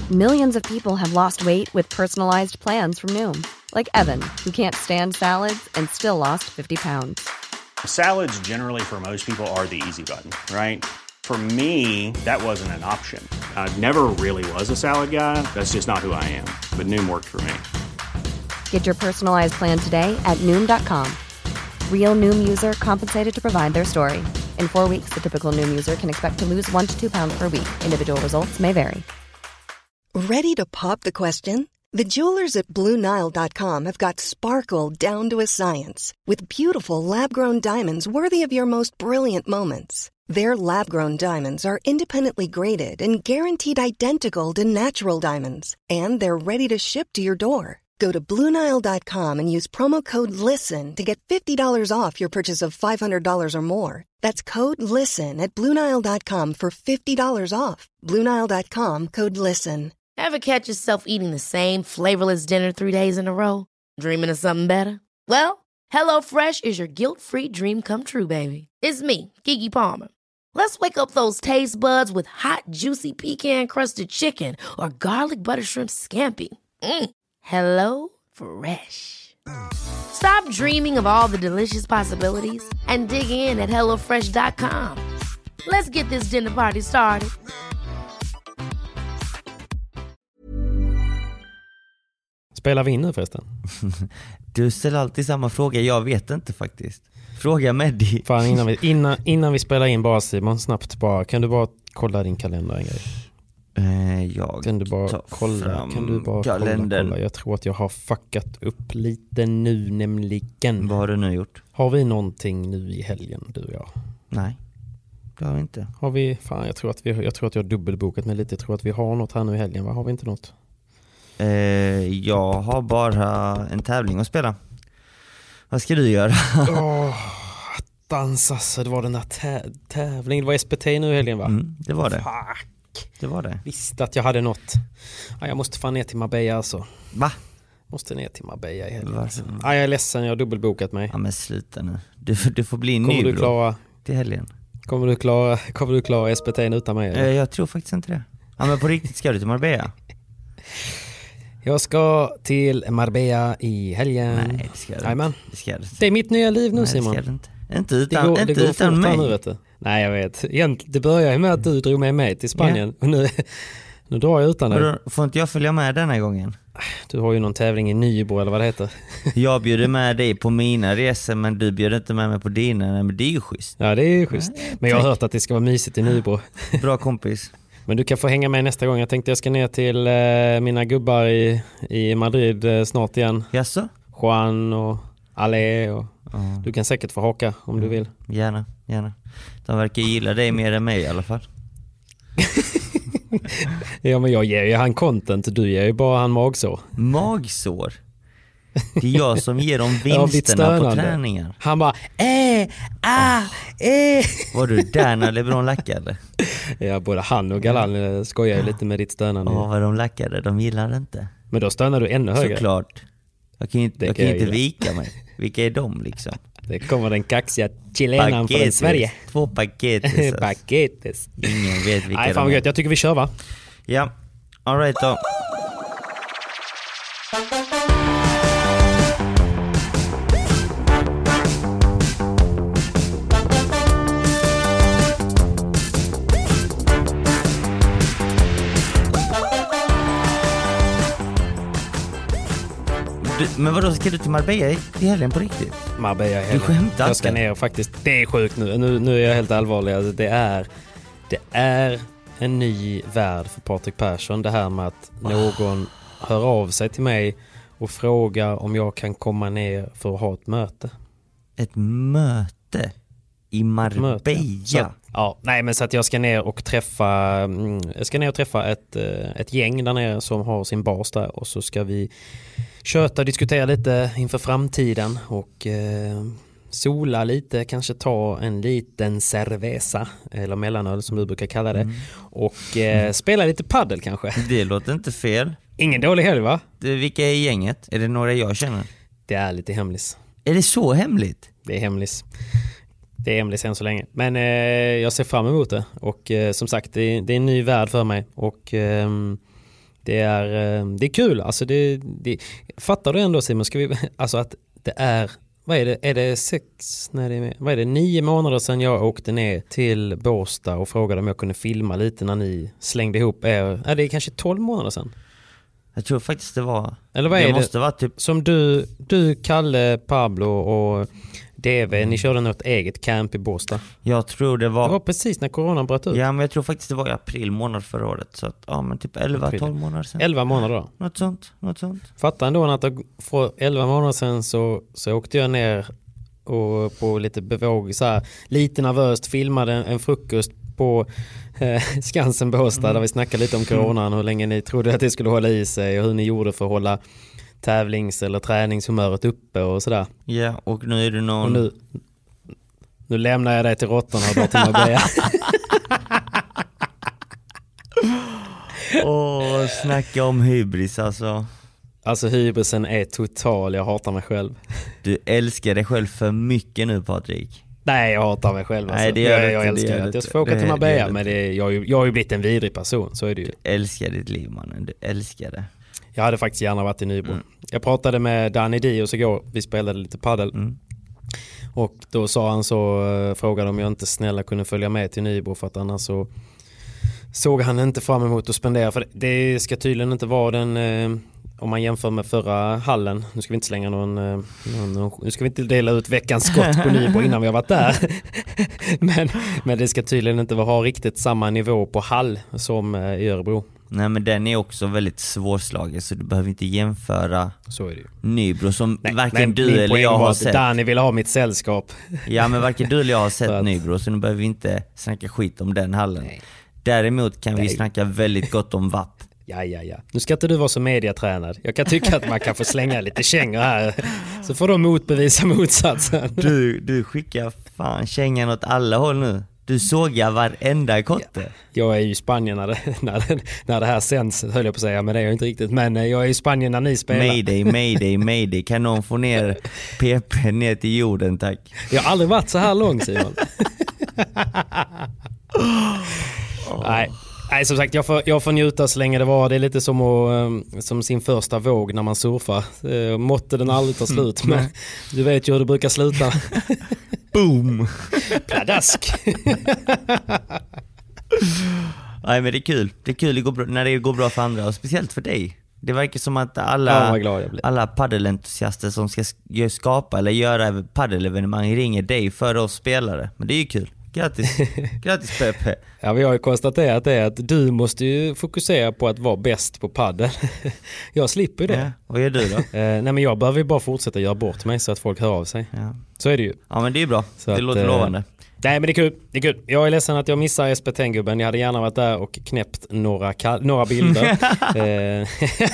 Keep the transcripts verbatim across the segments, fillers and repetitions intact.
Millions of people have lost weight with personalized plans from Noom. Like Evan, who can't stand salads and still lost fifty pounds. Salads generally for most people are the easy button, right? For me, that wasn't an option. I never really was a salad guy. That's just not who I am. But Noom worked for me. Get your personalized plan today at Noom dot com. Real Noom user compensated to provide their story. In four weeks, the typical Noom user can expect to lose one to two pounds per week. Individual results may vary. Ready to pop the question? The jewelers at Blue Nile dot com have got sparkle down to a science with beautiful lab-grown diamonds worthy of your most brilliant moments. Their lab-grown diamonds are independently graded and guaranteed identical to natural diamonds, and they're ready to ship to your door. Go to Blue Nile dot com and use promo code LISTEN to get fifty dollars off your purchase of five hundred dollars or more. That's code LISTEN at Blue Nile dot com for fifty dollars off. Blue Nile dot com, code LISTEN. Ever catch yourself eating the same flavorless dinner three days in a row? Dreaming of something better? Well, HelloFresh is your guilt-free dream come true, baby. It's me, Keke Palmer. Let's wake up those taste buds with hot, juicy pecan-crusted chicken or garlic butter shrimp scampi. Mm. Hello Fresh. Stop dreaming of all the delicious possibilities and dig in at hello fresh dot com. Let's get this dinner party started. Spelar vi in nu förresten? Du ställer alltid samma fråga. Jag vet inte faktiskt. Fråga Meddi. Fan, innan vi, innan, innan vi spelar in bara Simon, snabbt bara. Kan du bara kolla din kalender en grej? Eh, jag kan du bara kolla? Kan du bara kolla, kolla? Jag tror att jag har fuckat upp lite nu nämligen. Vad har du nu gjort? Har vi någonting nu i helgen, du och jag? Nej, det har vi inte. Har vi? Fan, jag tror att, vi, jag, tror att jag har dubbelbokat mig lite. Jag tror att vi har något här nu i helgen. Va? Har vi inte något? Eh, jag har bara en tävling att spela. Vad ska du göra? Åh, dansa. Så det var den där tä- tävlingen. Det var S P T nu i helgen, va? Mm, det var det. Fuck. Det var det. Visste att jag hade något. Ja, jag måste fan ner till Marbella alltså. Va? Måste ner till Marbella i helgen. Alltså. Ja, jag är ledsen. Jag har dubbelbokat mig. Ja, men sluta nu. Du, du får bli kommer ny du klara, till helgen. Kommer du klara, kommer du klara S P T utan mig? Eh, jag tror faktiskt inte det. Ja, men på riktigt ska du till Marbella? Jag ska till Marbella i helgen. Nej, det ska du inte. Det, ska du inte. Det är mitt nya liv nu. Nej, Simon. Det ska du inte. Inte utan, det går, inte det går utan mig. Nu, vet du. Nej, jag vet. Det började med att du drog med mig till Spanien. Yeah. Och nu, nu drar jag utan dig. Får inte jag följa med denna gången? Du har ju någon tävling i Nybro eller vad det heter. Jag bjuder med dig på mina resor, men du bjuder inte med mig på dina. Men det är ju schysst. Ja, det är ju schysst. Ja, men jag har hört att det ska vara mysigt i Nybro. Bra kompis. Men du kan få hänga med nästa gång. Jag tänkte jag ska ner till eh, mina gubbar i, i Madrid eh, snart igen. Jaså? Juan och Ale. Och oh. Du kan säkert få haka om mm. du vill. Gärna, gärna. De verkar gilla dig mer än mig i alla fall. Ja, men jag ger ju han content. Du ger ju bara han magsår. Magsår? Det är jag som ger dem vinsterna på träningar. Han bara, eh, ah, eh. Var du där när LeBron lackade? Ja, både han och Galan skojar ju lite med ditt stönande. Ja, vad de lackade, de gillar det inte. Men då stönar du ännu högre. Såklart. Jag kan inte, jag kan jag inte vika mig. Vilka är de liksom? Det kommer den kaxiga chilenan från Sverige. Två paketes. Paketes. Ingen vet vilka. Nej, fan vad gött. Jag tycker vi kör, va? Ja, all right då. Men vadå, ska du till Marbella i helgen på riktigt? Marbella i helgen. Du skämtar. Jag ska ner faktiskt. Det är sjukt nu. Nu, nu är jag helt allvarlig. Alltså, det är det är en ny värld för Patrik Persson. Det här med att någon hör av sig till mig och frågar om jag kan komma ner för att ha ett möte. Ett möte i Marbella? Så, ja, nej, men så att jag ska ner och träffa jag ska ner och träffa ett, ett gäng där nere som har sin bas där, och så ska vi köta och diskutera lite inför framtiden och eh, sola lite, kanske ta en liten cerveza eller mellanöl som du brukar kalla det, mm. och eh, mm. spela lite paddel kanske. Det låter inte fel. Ingen dålig helg, va? Det, vilka är gänget? Är det några jag känner? Det är lite hemlis. Är det så hemligt? Det är hemlis. Det är hemligt än så länge. Men eh, jag ser fram emot det. Och eh, som sagt, det är, det är en ny värld för mig. Och eh, Det är, det är kul. Alltså det, det, fattar du ändå, Simon? Ska vi, alltså att det är, vad är det? Är det sex, när det är, vad är det? Nio månader sedan jag åkte ner till Båstad och frågade om jag kunde filma lite när ni slängde ihop er. Är det kanske tolv månader sedan? Jag tror faktiskt det var. Eller vad det är det? måste vara typ som du, du, Kalle, Pablo och D V, ni körde något eget camp i Båstad. Jag tror det var Det var precis när coronan bröt ut. Ja, men jag tror faktiskt det var i april månad förra året. Så att, ja, men typ elva tolv månader sedan. elva månader då. Något sånt, något sånt. Fattar ändå att för elva månader sedan så, så åkte jag ner och på lite bevåg, så här, lite nervöst filmade en, en frukost på eh, Skansen Båstad mm. där vi snackade lite om coronan, hur länge ni trodde att det skulle hålla i sig och hur ni gjorde för att hålla tävlings- eller träningshumöret uppe och sådär. Ja, och nu är det någon... Och nu, nu lämnar jag dig till råttorna och bara till Marbella. Åh, snacka om hybris alltså. Alltså hybrisen är total, jag hatar mig själv. Du älskar dig själv för mycket nu, Patrik. Nej, jag hatar mig själv. Alltså. Nej, det gör jag, det, jag älskar det, att jag ska få åka till Marbella, men det, jag, har ju, jag har ju blivit en vidrig person, så är det ju. Du älskar ditt liv, mannen. Du älskar det. Jag hade faktiskt gärna varit i Nybro. Mm. Jag pratade med Danny Dios igår, vi spelade lite paddel. Mm. Och då sa han så, frågade om jag inte snälla kunde följa med till Nybro, för att annars så såg han inte fram emot att spendera. För det ska tydligen inte vara den, eh, om man jämför med förra hallen. Nu ska vi inte slänga någon, eh, någon nu ska vi inte dela ut veckans skott på Nybro innan vi har varit där. men, men det ska tydligen inte ha riktigt samma nivå på hall som eh, i Örebro. Nej, men den är också väldigt svårslagen, så du behöver inte jämföra så är det ju. Nybro som Nej, varken du eller jag har sett. Danny vill ha mitt sällskap. Ja, men varken du eller jag har sett att... Nybro, så nu behöver vi inte snacka skit om den hallen. Nej. Däremot kan Nej. vi snacka väldigt gott om V A P. Ja, ja, ja. Nu ska inte du vara så mediatränad. Jag kan tycka att man kan få slänga lite kängor här. Så får de motbevisa motsatsen. Du, du skickar fan kängan åt alla håll nu. Du sågar varenda kotte. Jag är ju i Spanien när det, när, det, när det här sänds, höll jag på att säga, men det är jag inte riktigt. Men jag är i Spanien när ni spelar. Mayday, mayday, mayday. Kan någon få ner P P ner till jorden, tack? Jag har aldrig varit så här lång, Simon. oh. Nej. Nej, som sagt, jag får, jag får njuta så länge det var. Det är lite som, att, som sin första våg när man surfar. Måtte den aldrig ta slut, men du vet ju hur det brukar sluta. Boom! Pladask! Nej, men det är kul. Det är kul det går bra, när det går bra för andra, och speciellt för dig. Det verkar som att alla, ja, alla paddelentusiaster som ska skapa eller göra paddelevenemang ringer dig för oss spelare. Men det är ju kul. Grattis, grattis Pepe. Ja, vi har ju konstaterat det att du måste ju fokusera på att vara bäst på paddel. Jag slipper det. Ja, vad gör du då? eh, nej, men jag behöver ju bara fortsätta göra bort mig så att folk hör av sig. Ja. Så är det ju. Ja, men det är bra. Så det att, låter lovande. Nej, men det är kul. Det är kul. Jag är ledsen att jag missar S P T-gubben. Jag hade gärna varit där och knäppt några, ka- några bilder. eh,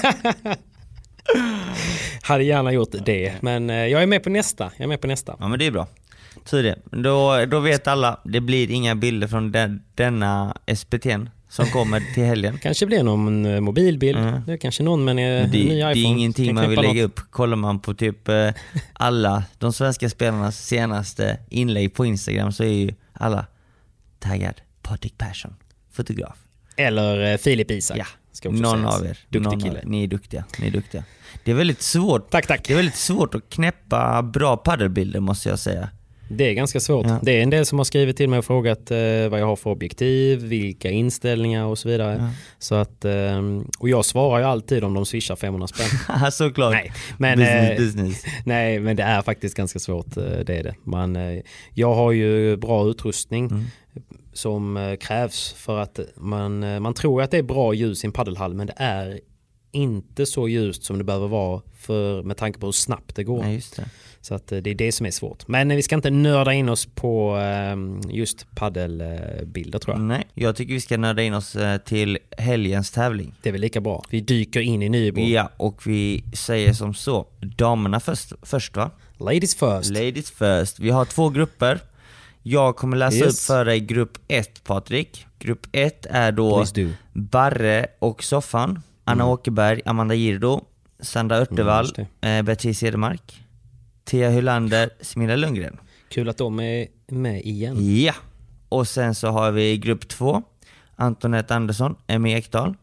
hade gärna gjort det. Men eh, jag är med på nästa. Jag är med på nästa. Ja, men det är bra. Tydligt. Då, då vet alla, det blir inga bilder från den, denna S P T som kommer till helgen. Kanske blir någon mobilbild. Mm. Det är kanske någon med en det, ny iPhone. Det är ingenting man vill lägga något. upp. Kollar man på typ alla de svenska spelarnas senaste inlägg på Instagram, så är ju alla taggad Patrik Persson, fotograf. Eller Filip Isak. Ja, ska någon sägas. av er. Duktig någon kille. Av, ni är duktiga. Ni är duktiga. Det är väldigt svårt. Tack, tack. Det är väldigt svårt att knäppa bra paddelbilder, måste jag säga. Det är ganska svårt. Ja. Det är en del som har skrivit till mig och frågat eh, vad jag har för objektiv, vilka inställningar och så vidare. Ja. Så att, eh, och jag svarar ju alltid om de swishar femhundra spänn. Såklart. Nej, men, business, eh, business. nej, men det är faktiskt ganska svårt. Eh, det är det. Man, eh, jag har ju bra utrustning mm. som eh, krävs för att man, eh, man tror att det är bra ljus i en paddelhall, men det är inte så ljust som det behöver vara för, med tanke på hur snabbt det går. Nej, just det. Så att det är det som är svårt. Men vi ska inte nörda in oss på just paddelbilder, tror jag. Nej, jag tycker vi ska nörda in oss till helgens tävling. Det är väl lika bra. Vi dyker in i Nybro. Ja, och vi säger som så. Damerna först, först va? Ladies first. Ladies first. Vi har två grupper. Jag kommer läsa yes. upp för dig grupp ett, Patrik. Grupp ett är då Barre och Soffan. Anna mm. Åkerberg, Amanda Girdo, Sandra Örtevall, mm, Beatrice Edemark, Thea Hylander, Smilla Lundgren. Kul att de är med igen. Ja, och sen så har vi grupp två. Antonette Andersson, Emmy Ekdahl,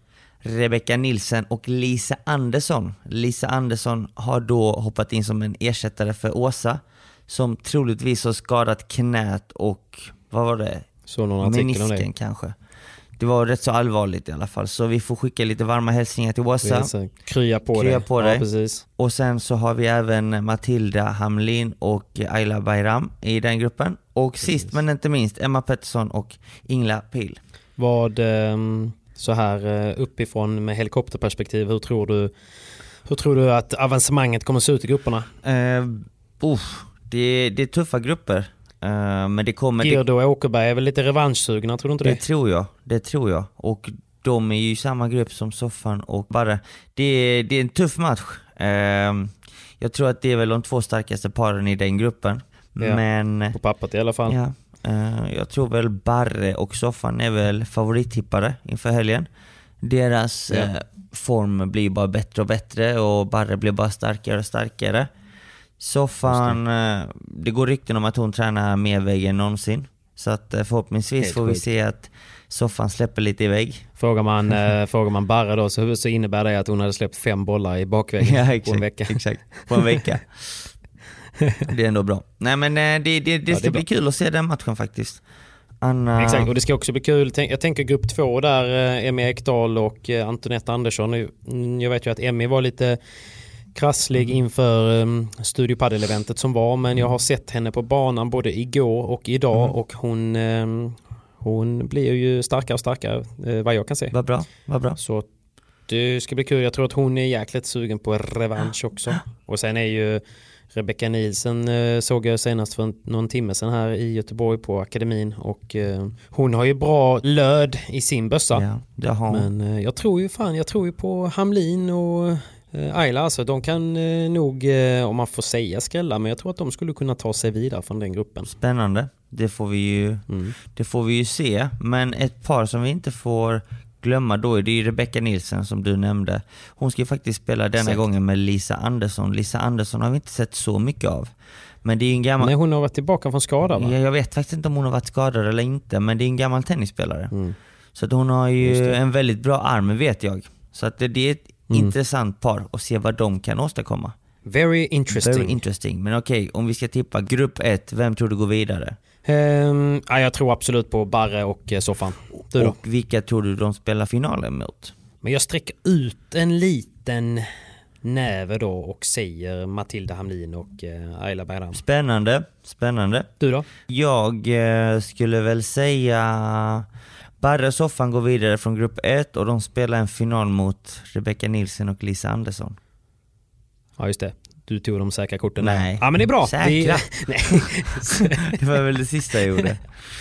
Rebecca Nilsen och Lisa Andersson. Lisa Andersson har då hoppat in som en ersättare för Åsa, som troligtvis har skadat knät och vad var det? Så någon artikel om det kanske. Det var rätt så allvarligt i alla fall. Så vi får skicka lite varma hälsningar till Åsa. Krya på Krya dig. På dig. Ja, precis. Och sen så har vi även Matilda Hamlin och Ayla Bayram i den gruppen. Och precis. Sist men inte minst Emma Pettersson och Ingla Pil. Vad så här uppifrån med helikopterperspektiv, hur tror du hur tror du att avancemanget kommer se ut i grupperna? Uh, uh, det, det är tuffa grupper. Uh, men det kommer Girdo och Åkerberg är väl lite revanschsugna, tror du inte det? Det tror jag, det tror jag. Och de är ju i samma grupp som Soffan och Barre. Det, det är en tuff match. Uh, jag tror att det är väl de två starkaste paren i den gruppen. Ja, men på pappret i alla fall. Ja, uh, jag tror väl Barre och Soffan är väl favorittippare inför helgen. Deras ja. uh, form blir bara bättre och bättre och Barre blir bara starkare och starkare. Soffan, det. det går rykten om att hon tränar mer vägg än någonsin. Så att förhoppningsvis Helt får vi sjukt. se att Soffan släpper lite i vägg. Frågar man, äh, frågar man Barre då så, så innebär det att hon hade släppt fem bollar i bakväggen ja, exakt, på en vecka. Exakt, på en vecka. Det är ändå bra. Nej men det, det, det, det ska ja, det bli bra. Kul att se den matchen faktiskt. Anna... Exakt, och det ska också bli kul. Jag tänker grupp två där, Emmy Ekdahl och Antoinette Andersson. Jag vet ju att Emmy var lite krasslig inför um, Studio Padel-eventet som var, men jag har sett henne på banan både igår och idag mm. och hon, um, hon blir ju starkare och starkare uh, vad jag kan se. Vad bra, vad bra. Så det ska bli kul. Jag tror att hon är jäkligt sugen på revansch också. Och sen är ju Rebecca Nilsen uh, såg jag senast för en, någon timme sedan här i Göteborg på akademin och uh, hon har ju bra löd i sin bössa. Ja, det har hon. Men uh, jag tror ju fan, jag tror ju på Hamlin och Ayla, alltså de kan eh, nog, eh, om man får säga, skrälla, men jag tror att de skulle kunna ta sig vidare från den gruppen. Spännande, det får vi ju, mm. det får vi ju se. Men ett par som vi inte får glömma då är det ju Rebecca Nilsen som du nämnde. Hon ska ju faktiskt spela denna Exakt. gången med Lisa Andersson. Lisa Andersson har vi inte sett så mycket av. Men det är ju en gammal... Nej, hon har varit tillbaka från skada, va? Ja, jag vet faktiskt inte om hon har varit skadad eller inte, men det är en gammal tennisspelare. Mm. Så att hon har ju en väldigt bra arm, vet jag. Så att det, det är ett Mm. intressant par och se vad de kan åstadkomma. Very interesting. Very interesting. Men okej, okay, om vi ska tippa grupp ett, vem tror du går vidare? Um, ja, jag tror absolut på Barre och eh, Soffan. Du och då? Vilka tror du de spelar finalen mot? Men jag sträcker ut en liten näve då och säger Matilda Hamlin och eh, Ayla Bayram. Spännande, spännande. Du då? Jag eh, skulle väl säga... Barre och Soffan går vidare från grupp ett och de spelar en final mot Rebecca Nilsen och Lisa Andersson. Ja, just det. Du tog de säkra korten. Nej. Ja, men det är bra. Säkra? Det, nej. Det var väl det sista jag gjorde.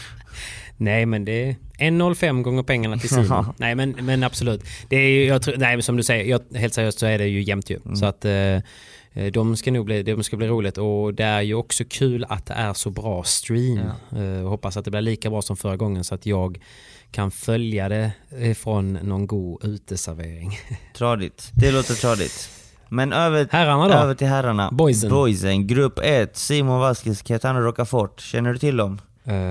Nej, men det är en komma noll fem gånger pengarna till Simon. Nej, men, men absolut. Det är, jag tror, nej, men som du säger, jag, helt seriöst så är det ju jämnt ju. Mm. Så att eh, de ska nog bli, de ska bli roligt. Och det är ju också kul att det är så bra stream. Ja. Eh, hoppas att det blir lika bra som förra gången så att jag kan följa det från någon god uteservering. Tradigt. Det låter tradigt. Men över, herrarna då? över till herrarna. Boysen. Boysen. Grupp ett. Simon Vasquez, Caetano Rocafort. Känner du till dem?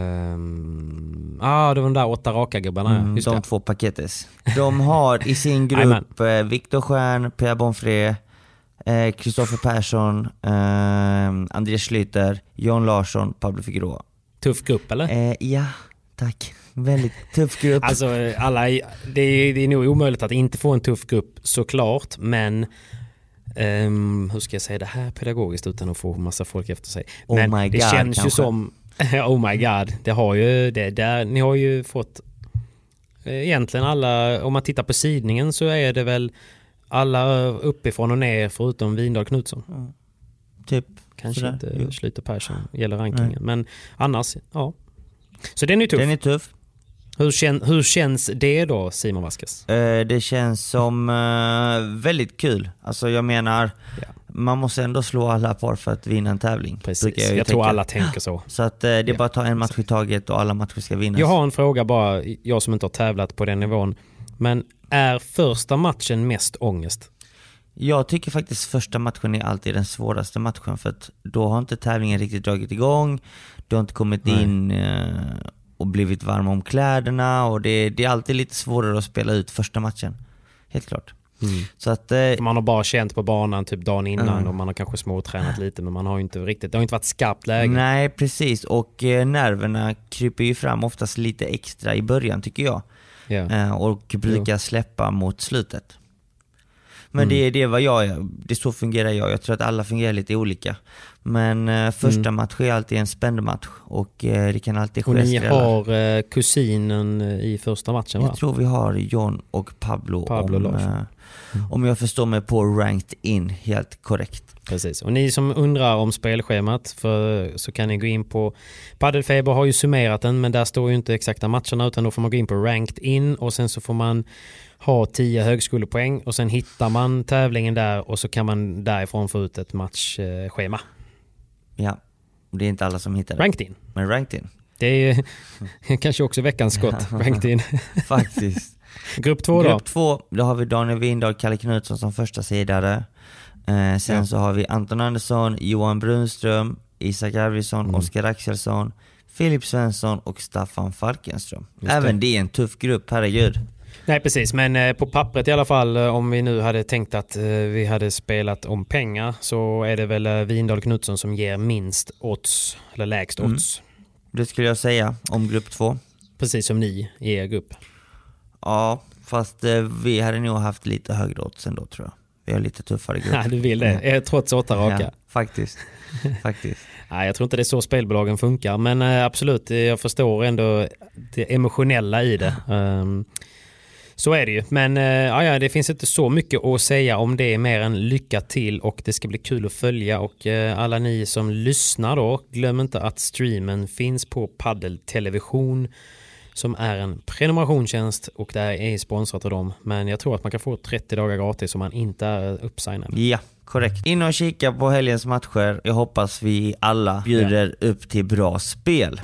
Um, ah, det var de där åtta raka gubbarna. Mm, de det. två paketes. De har i sin grupp eh, Viktor Stjärn, Pierre Bonfré, Kristoffer eh, Persson, eh, Andreas Schlüter, Jon Larsson, Pablo Figueroa. Tuff grupp, eller? Eh, ja, tack. Väldigt tuff grupp. Alltså, alla, det, är, det är nog omöjligt att inte få en tuff grupp, såklart. Men um, hur ska jag säga det här pedagogiskt utan att få massa folk efter sig? Oh men my det God, känns kanske. ju som oh my god, det har ju det där, ni har ju fått egentligen alla, om man tittar på sidningen så är det väl alla uppifrån och ner förutom Windahl Knutsson. Mm. Typ. Kanske sådär. inte Jo. Schlüter Persson gäller rankingen. Nej. Men annars, ja. Så den är tuff. Den är tuff. Hur, kän, hur känns det då, Simon Vasquez? Uh, det känns som uh, väldigt kul. Alltså jag menar, ja. man måste ändå slå alla par för att vinna en tävling. Precis, jag, jag tror alla tänker så. Så att uh, det är ja. bara att ta en match i taget och alla matcher ska vinnas. Jag har en fråga bara, jag som inte har tävlat på den nivån. Men är första matchen mest ångest? Jag tycker faktiskt första matchen är alltid den svåraste matchen. För att då har inte tävlingen riktigt dragit igång. Du har inte kommit Nej. in uh, och blivit varm om kläderna. Och det, det är alltid lite svårare att spela ut första matchen. helt klart. Mm. Så att, eh, man har bara känt på banan typ dagen innan mm. och man har kanske småtränat lite, men man har ju inte riktigt, det har inte varit skarpt läge. Nej, precis. Och eh, nerverna kryper ju fram oftast lite extra i början tycker jag. Yeah. Eh, och brukar jo. släppa mot slutet. Men mm. det, det är vad jag, det så fungerar jag. Jag tror att alla fungerar lite olika. Men eh, första mm. match är alltid en spännande match. Och eh, det kan alltid ske. Och ni har eh, kusinen i första matchen, va? Jag tror vi har John och Pablo, Pablo om, eh, mm. om jag förstår mig på ranked in helt korrekt. Precis. Och ni som undrar om spelschemat, för, så kan ni gå in på Paddelfeber har ju summerat den, men där står ju inte exakta matcherna, utan då får man gå in på ranked in och sen så får man ha tio högskolepoäng och sen hittar man tävlingen där och så kan man därifrån få ut ett matchschema. Ja, det är inte alla som hittar det. Ranked in. Men ranked in. Det är kanske också veckans skott, ranked in. Faktiskt. Grupp två då? Grupp två, då har vi Daniel Windahl, Kalle Knutsson som första sidare. Eh, sen ja. så har vi Anton Andersson, Johan Brunström, Isak Arvidsson, mm. Oskar Axelsson, Filip Svensson och Staffan Falkenström. Även det är en tuff grupp, herregud. Nej, precis. Men eh, på pappret i alla fall, eh, om vi nu hade tänkt att eh, vi hade spelat om pengar, så är det väl eh, Windahl Knutsson som ger minst odds, eller lägst mm. odds. Det skulle jag säga om grupp två. Precis som ni i er grupp. Ja, fast eh, vi hade nog haft lite högre odds ändå, tror jag. Vi har lite tuffare grupp. Ja, du vill det. Mm. Trots åtta raka. Ja, faktiskt. faktiskt. Nej, jag tror inte det är så spelbolagen funkar. Men eh, absolut, jag förstår ändå det emotionella i det. Um, så är det ju. Men eh, ja, det finns inte så mycket att säga om det, mer än lycka till, och det ska bli kul att följa. Och eh, alla ni som lyssnar då, glöm inte att streamen finns på Paddel Television, som är en prenumerationstjänst, och det är sponsrat av dem. Men jag tror att man kan få trettio dagar gratis om man inte är uppsignad. Ja, korrekt. In och kika på helgens matcher. Jag hoppas vi alla bjuder ja. upp till bra spel.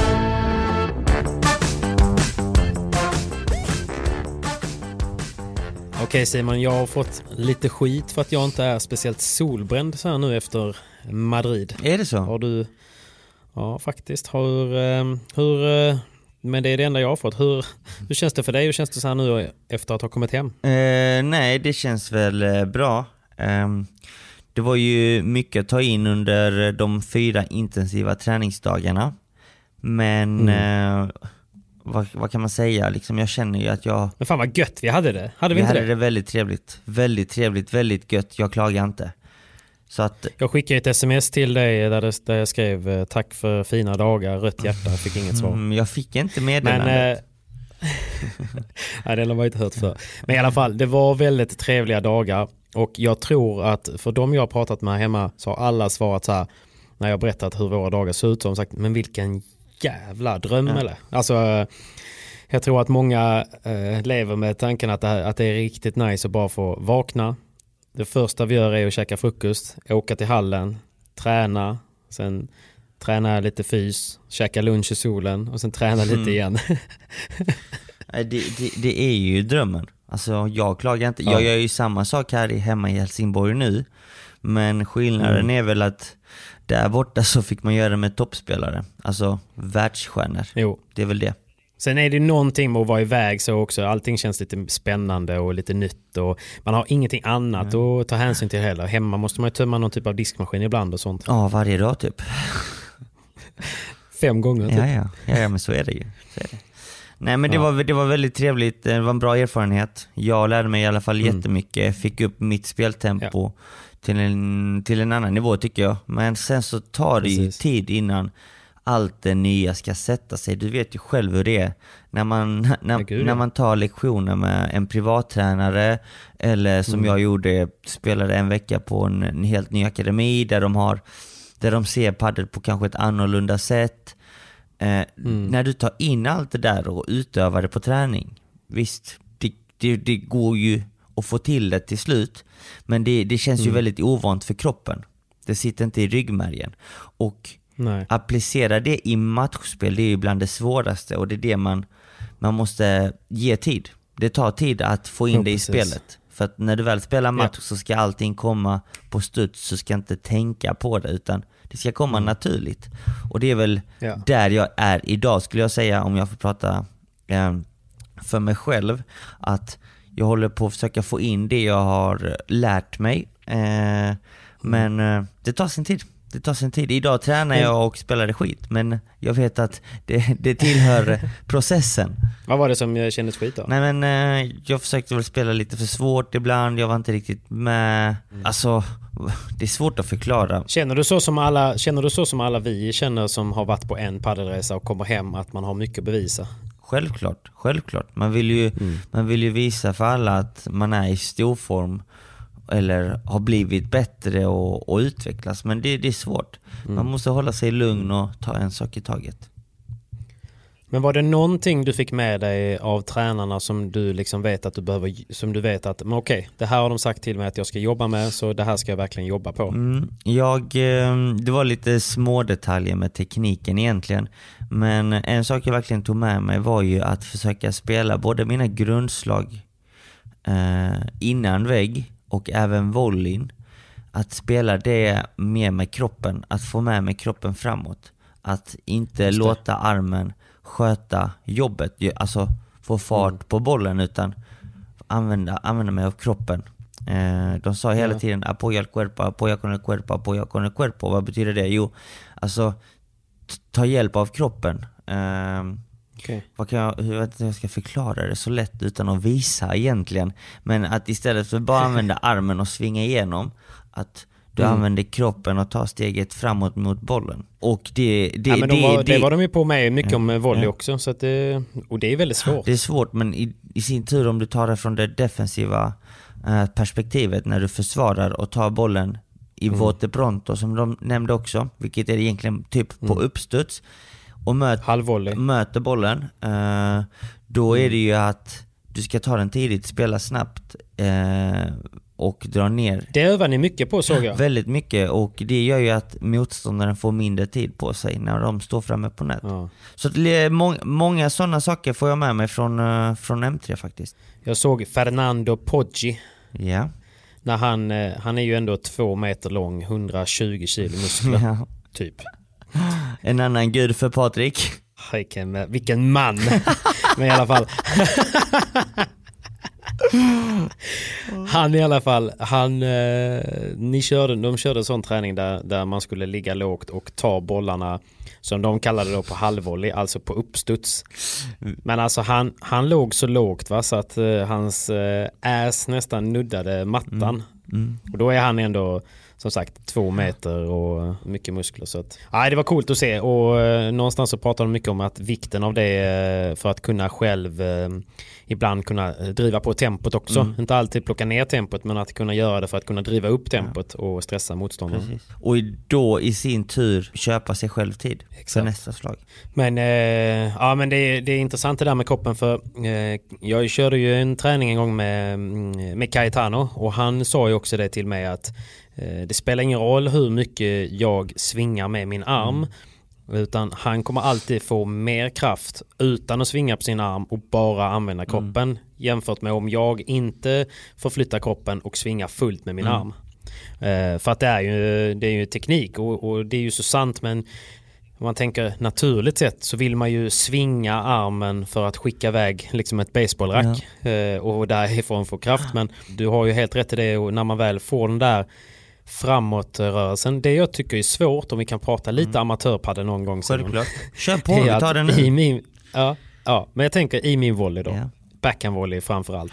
Okej Simon, jag har fått lite skit för att jag inte är speciellt solbränd så här nu efter Madrid. Är det så? Har du... Ja, faktiskt. Hur... hur Men det är det enda jag har fått. Hur, hur känns det för dig? Hur känns det så här nu efter att ha kommit hem? Eh, nej, det känns väl eh, bra. Eh, det var ju mycket att ta in under de fyra intensiva träningsdagarna. Men mm. eh, vad, vad kan man säga? Liksom, jag känner ju att jag... Men fan vad gött vi hade det. Hade vi, vi inte hade det? det väldigt trevligt. Väldigt trevligt, väldigt gött. Jag klagar inte. Så att, jag skickade ett sms till dig där, det, där jag skrev tack för fina dagar, rött hjärta. Jag fick inget svar. Mm, jag fick inte meddelandet. Men, eh, nej, det har man inte hört för. Men i alla fall, det var väldigt trevliga dagar. Och jag tror att för de jag har pratat med hemma så har alla svarat så här, när jag berättat hur våra dagar ser ut, som sagt, men vilken jävla dröm ja. eller? Alltså, jag tror att många eh, lever med tanken att det, här, att det är riktigt nice att bara få vakna. Det första vi gör är att käka frukost, åka till hallen, träna, sen träna lite fys, käka lunch i solen och sen träna mm. lite igen. det, det, det är ju drömmen. Alltså jag klagar inte. Ja. Jag gör ju samma sak här hemma i Helsingborg nu. Men skillnaden mm. är väl att där borta så fick man göra det med toppspelare. Alltså världsstjärnor. Jo. Det är väl det. Sen är det någonting med att vara iväg så också. Allting känns lite spännande och lite nytt. Och man har ingenting annat mm. att ta hänsyn till heller. Hemma måste man ju tömma någon typ av diskmaskin ibland och sånt. Ja, varje dag typ. Fem gånger typ. Ja, ja. ja, ja men så är det ju. Så är det. Nej, men det, ja. var, det var väldigt trevligt. Det var en bra erfarenhet. Jag lärde mig i alla fall mm. jättemycket. Fick upp mitt speltempo ja. till, en, till en annan nivå tycker jag. Men sen så tar det Precis. ju tid innan allt det nya ska sätta sig. Du vet ju själv hur det är. När man, när, Gud, när man tar lektioner med en privattränare eller som mm. jag gjorde, spelade en vecka på en, en helt ny akademi där de, har, där de ser paddel på kanske ett annorlunda sätt. Eh, mm. När du tar in allt det där och utövar det på träning, visst, det, det, det går ju att få till det till slut, men det, det känns mm. ju väldigt ovant för kroppen. Det sitter inte i ryggmärgen. Och Nej. applicera det i matchspel, det är ju bland det svåraste, och det är det man, man måste ge tid. Det tar tid att få in ja, det i precis. spelet. För att när du väl spelar match ja. så ska allting komma på studs, så ska inte tänka på det, utan det ska komma mm. naturligt. Och det är väl ja. där jag är idag, skulle jag säga, om jag får prata eh, för mig själv, att Jag håller på att försöka få in det jag har lärt mig. Eh, men eh, det tar sin tid. Det tar sin tid. Idag tränar jag och spelar skit, men jag vet att det, det tillhör processen. Vad var det som kändes skit då? Nej men eh, jag försökte väl spela lite för svårt ibland. Jag var inte riktigt med. Mm. Alltså, det är svårt att förklara. Känner du så som alla, känner du så som alla vi känner som har varit på en paddelresa och kommer hem, att man har mycket att bevisa? Självklart, självklart. Man vill ju, mm. man vill ju visa för alla att man är i stor form eller har blivit bättre och, och utvecklas. Men det, det är svårt. Mm. Man måste hålla sig lugn och ta en sak i taget. Men var det någonting du fick med dig av tränarna som du liksom vet att du behöver, som du vet att, men okej, det här har de sagt till mig att jag ska jobba med, så det här ska jag verkligen jobba på? Mm, jag, det var lite små detaljer med tekniken egentligen. Men en sak jag verkligen tog med mig var ju att försöka spela både mina grundslag eh, innan vägg och även volleyn. Att spela det mer med kroppen, att få med mig kroppen framåt. Att inte låta armen sköta jobbet, alltså få fart mm. på bollen, utan använda, använda mig av kroppen. Eh, de sa hela ja. tiden apoya el cuerpo, apoya con el cuerpo, apoya con el cuerpo. Vad betyder det? Jo, alltså ta hjälp av kroppen. Eh, okay. vad kan jag, hur vet jag ska förklara det så lätt utan att visa egentligen. Men att istället för bara använda armen och svinga igenom, att du mm. använder kroppen och tar steget framåt mot bollen. Och det, det, ja, men det, de var, det, det var de ju på med mycket ja, om volley ja. också. Så att det, och det är väldigt svårt. Det är svårt, men i, i sin tur om du tar det från det defensiva eh, perspektivet när du försvarar och tar bollen i mm. volte pronto som de nämnde också, vilket är egentligen typ på mm. uppstuds och möt, möter bollen, eh, då mm. är det ju att du ska ta den tidigt, spela snabbt eh, och dra ner. Det övar ni mycket på, såg jag. Väldigt mycket, och det gör ju att motståndaren får mindre tid på sig när de står framme på nät. Ja. Så det, må, många sådana saker får jag med mig från, uh, från M tre faktiskt. Jag såg Fernando Poggi. Ja. När han, uh, han är ju ändå två meter lång, hundratjugo kilo muskler. Ja. Typ. En annan gud för Patrik. Vilken, vilken man. Men i alla fall. Han i alla fall, han, eh, ni körde, de körde en sån träning där, där man skulle ligga lågt och ta bollarna som de kallade då på halvvolley, alltså på uppstuds. Men alltså han, han låg så lågt, va, så att eh, hans eh, ass nästan nuddade mattan. Mm. Mm. Och då är han ändå som sagt två meter och mycket muskler. Så att, nej, det var coolt att se. Och eh, någonstans så pratar de mycket om att vikten av det eh, för att kunna själv eh, ibland kunna driva på tempot också. Mm. Inte alltid plocka ner tempot, men att kunna göra det för att kunna driva upp tempot ja. och stressa motståndaren. Precis. Och då i sin tur köpa sig själv tid för nästa slag. Men, eh, ja, men det, är, det är intressant det där med kroppen, för eh, jag körde ju en träning en gång med, med Cayetano, och han sa ju också det till mig att eh, det spelar ingen roll hur mycket jag svingar med min arm, mm. utan han kommer alltid få mer kraft utan att svinga på sin arm och bara använda kroppen, mm. jämfört med om jag inte förflyttar kroppen och svingar fullt med min mm. arm. Uh, för att det är ju, det är ju teknik, och, och det är ju så sant, men om man tänker naturligt sett så vill man ju svinga armen för att skicka iväg liksom ett baseballrack ja. uh, och därifrån få kraft. Men du har ju helt rätt i det, och när man väl får den där framåtrörelsen, det jag tycker är svårt, om vi kan prata lite mm. amatörpadel någon gång sen. Självklart. Kör på, vi tar den nu. I min, ja, ja, men jag tänker i min volley då. Yeah. Backhandvolley framförallt.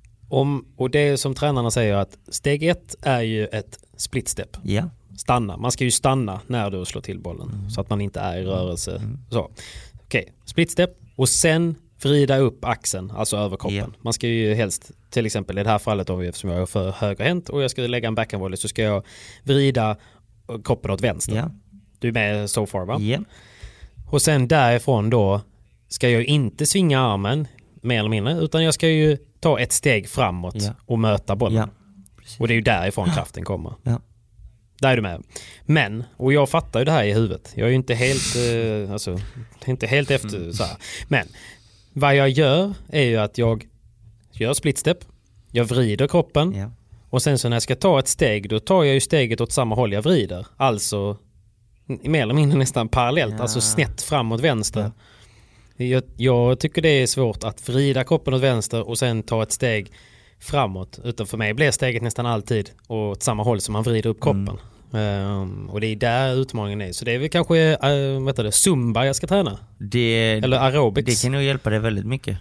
Om, och det som tränarna säger, att steg ett är ju ett split step. Yeah. Stanna. Man ska ju stanna när du slår till bollen, mm. så att man inte är i rörelse. Mm. Så. Okej, okay. Split step, och sen vrida upp axeln, alltså över kroppen. Yeah. Man ska ju helst, till exempel i det här fallet då, eftersom jag är för högerhänt och jag ska lägga en backhandvolley, så ska jag vrida kroppen åt vänster. Yeah. Du är med so far, va? Yeah. Och sen därifrån då ska jag inte svinga armen mer eller mindre, utan jag ska ju ta ett steg framåt yeah. och möta bollen. Yeah. Och det är ju därifrån kraften kommer. Yeah. Där är du med. Men, och jag fattar ju det här i huvudet. Jag är ju inte helt eh, alltså, inte helt efter mm. så här. Men vad jag gör är ju att jag gör split step, jag vrider kroppen, yeah. och sen så när jag ska ta ett steg, då tar jag ju steget åt samma håll jag vrider. Alltså mer eller mindre nästan parallellt, yeah. alltså snett framåt vänster. Yeah. Jag, jag tycker det är svårt att vrida kroppen åt vänster och sen ta ett steg framåt. Utan för mig blir steget nästan alltid åt samma håll som man vrider upp kroppen. Mm. Um, och det är där utmaningen är. Så det är väl kanske uh, vad heter det, zumba jag ska träna. Det, Eller aerobics. Det kan nog hjälpa dig väldigt mycket.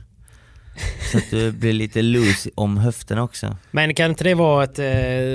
Så att du blir lite loose om höften också. Men kan inte det vara ett...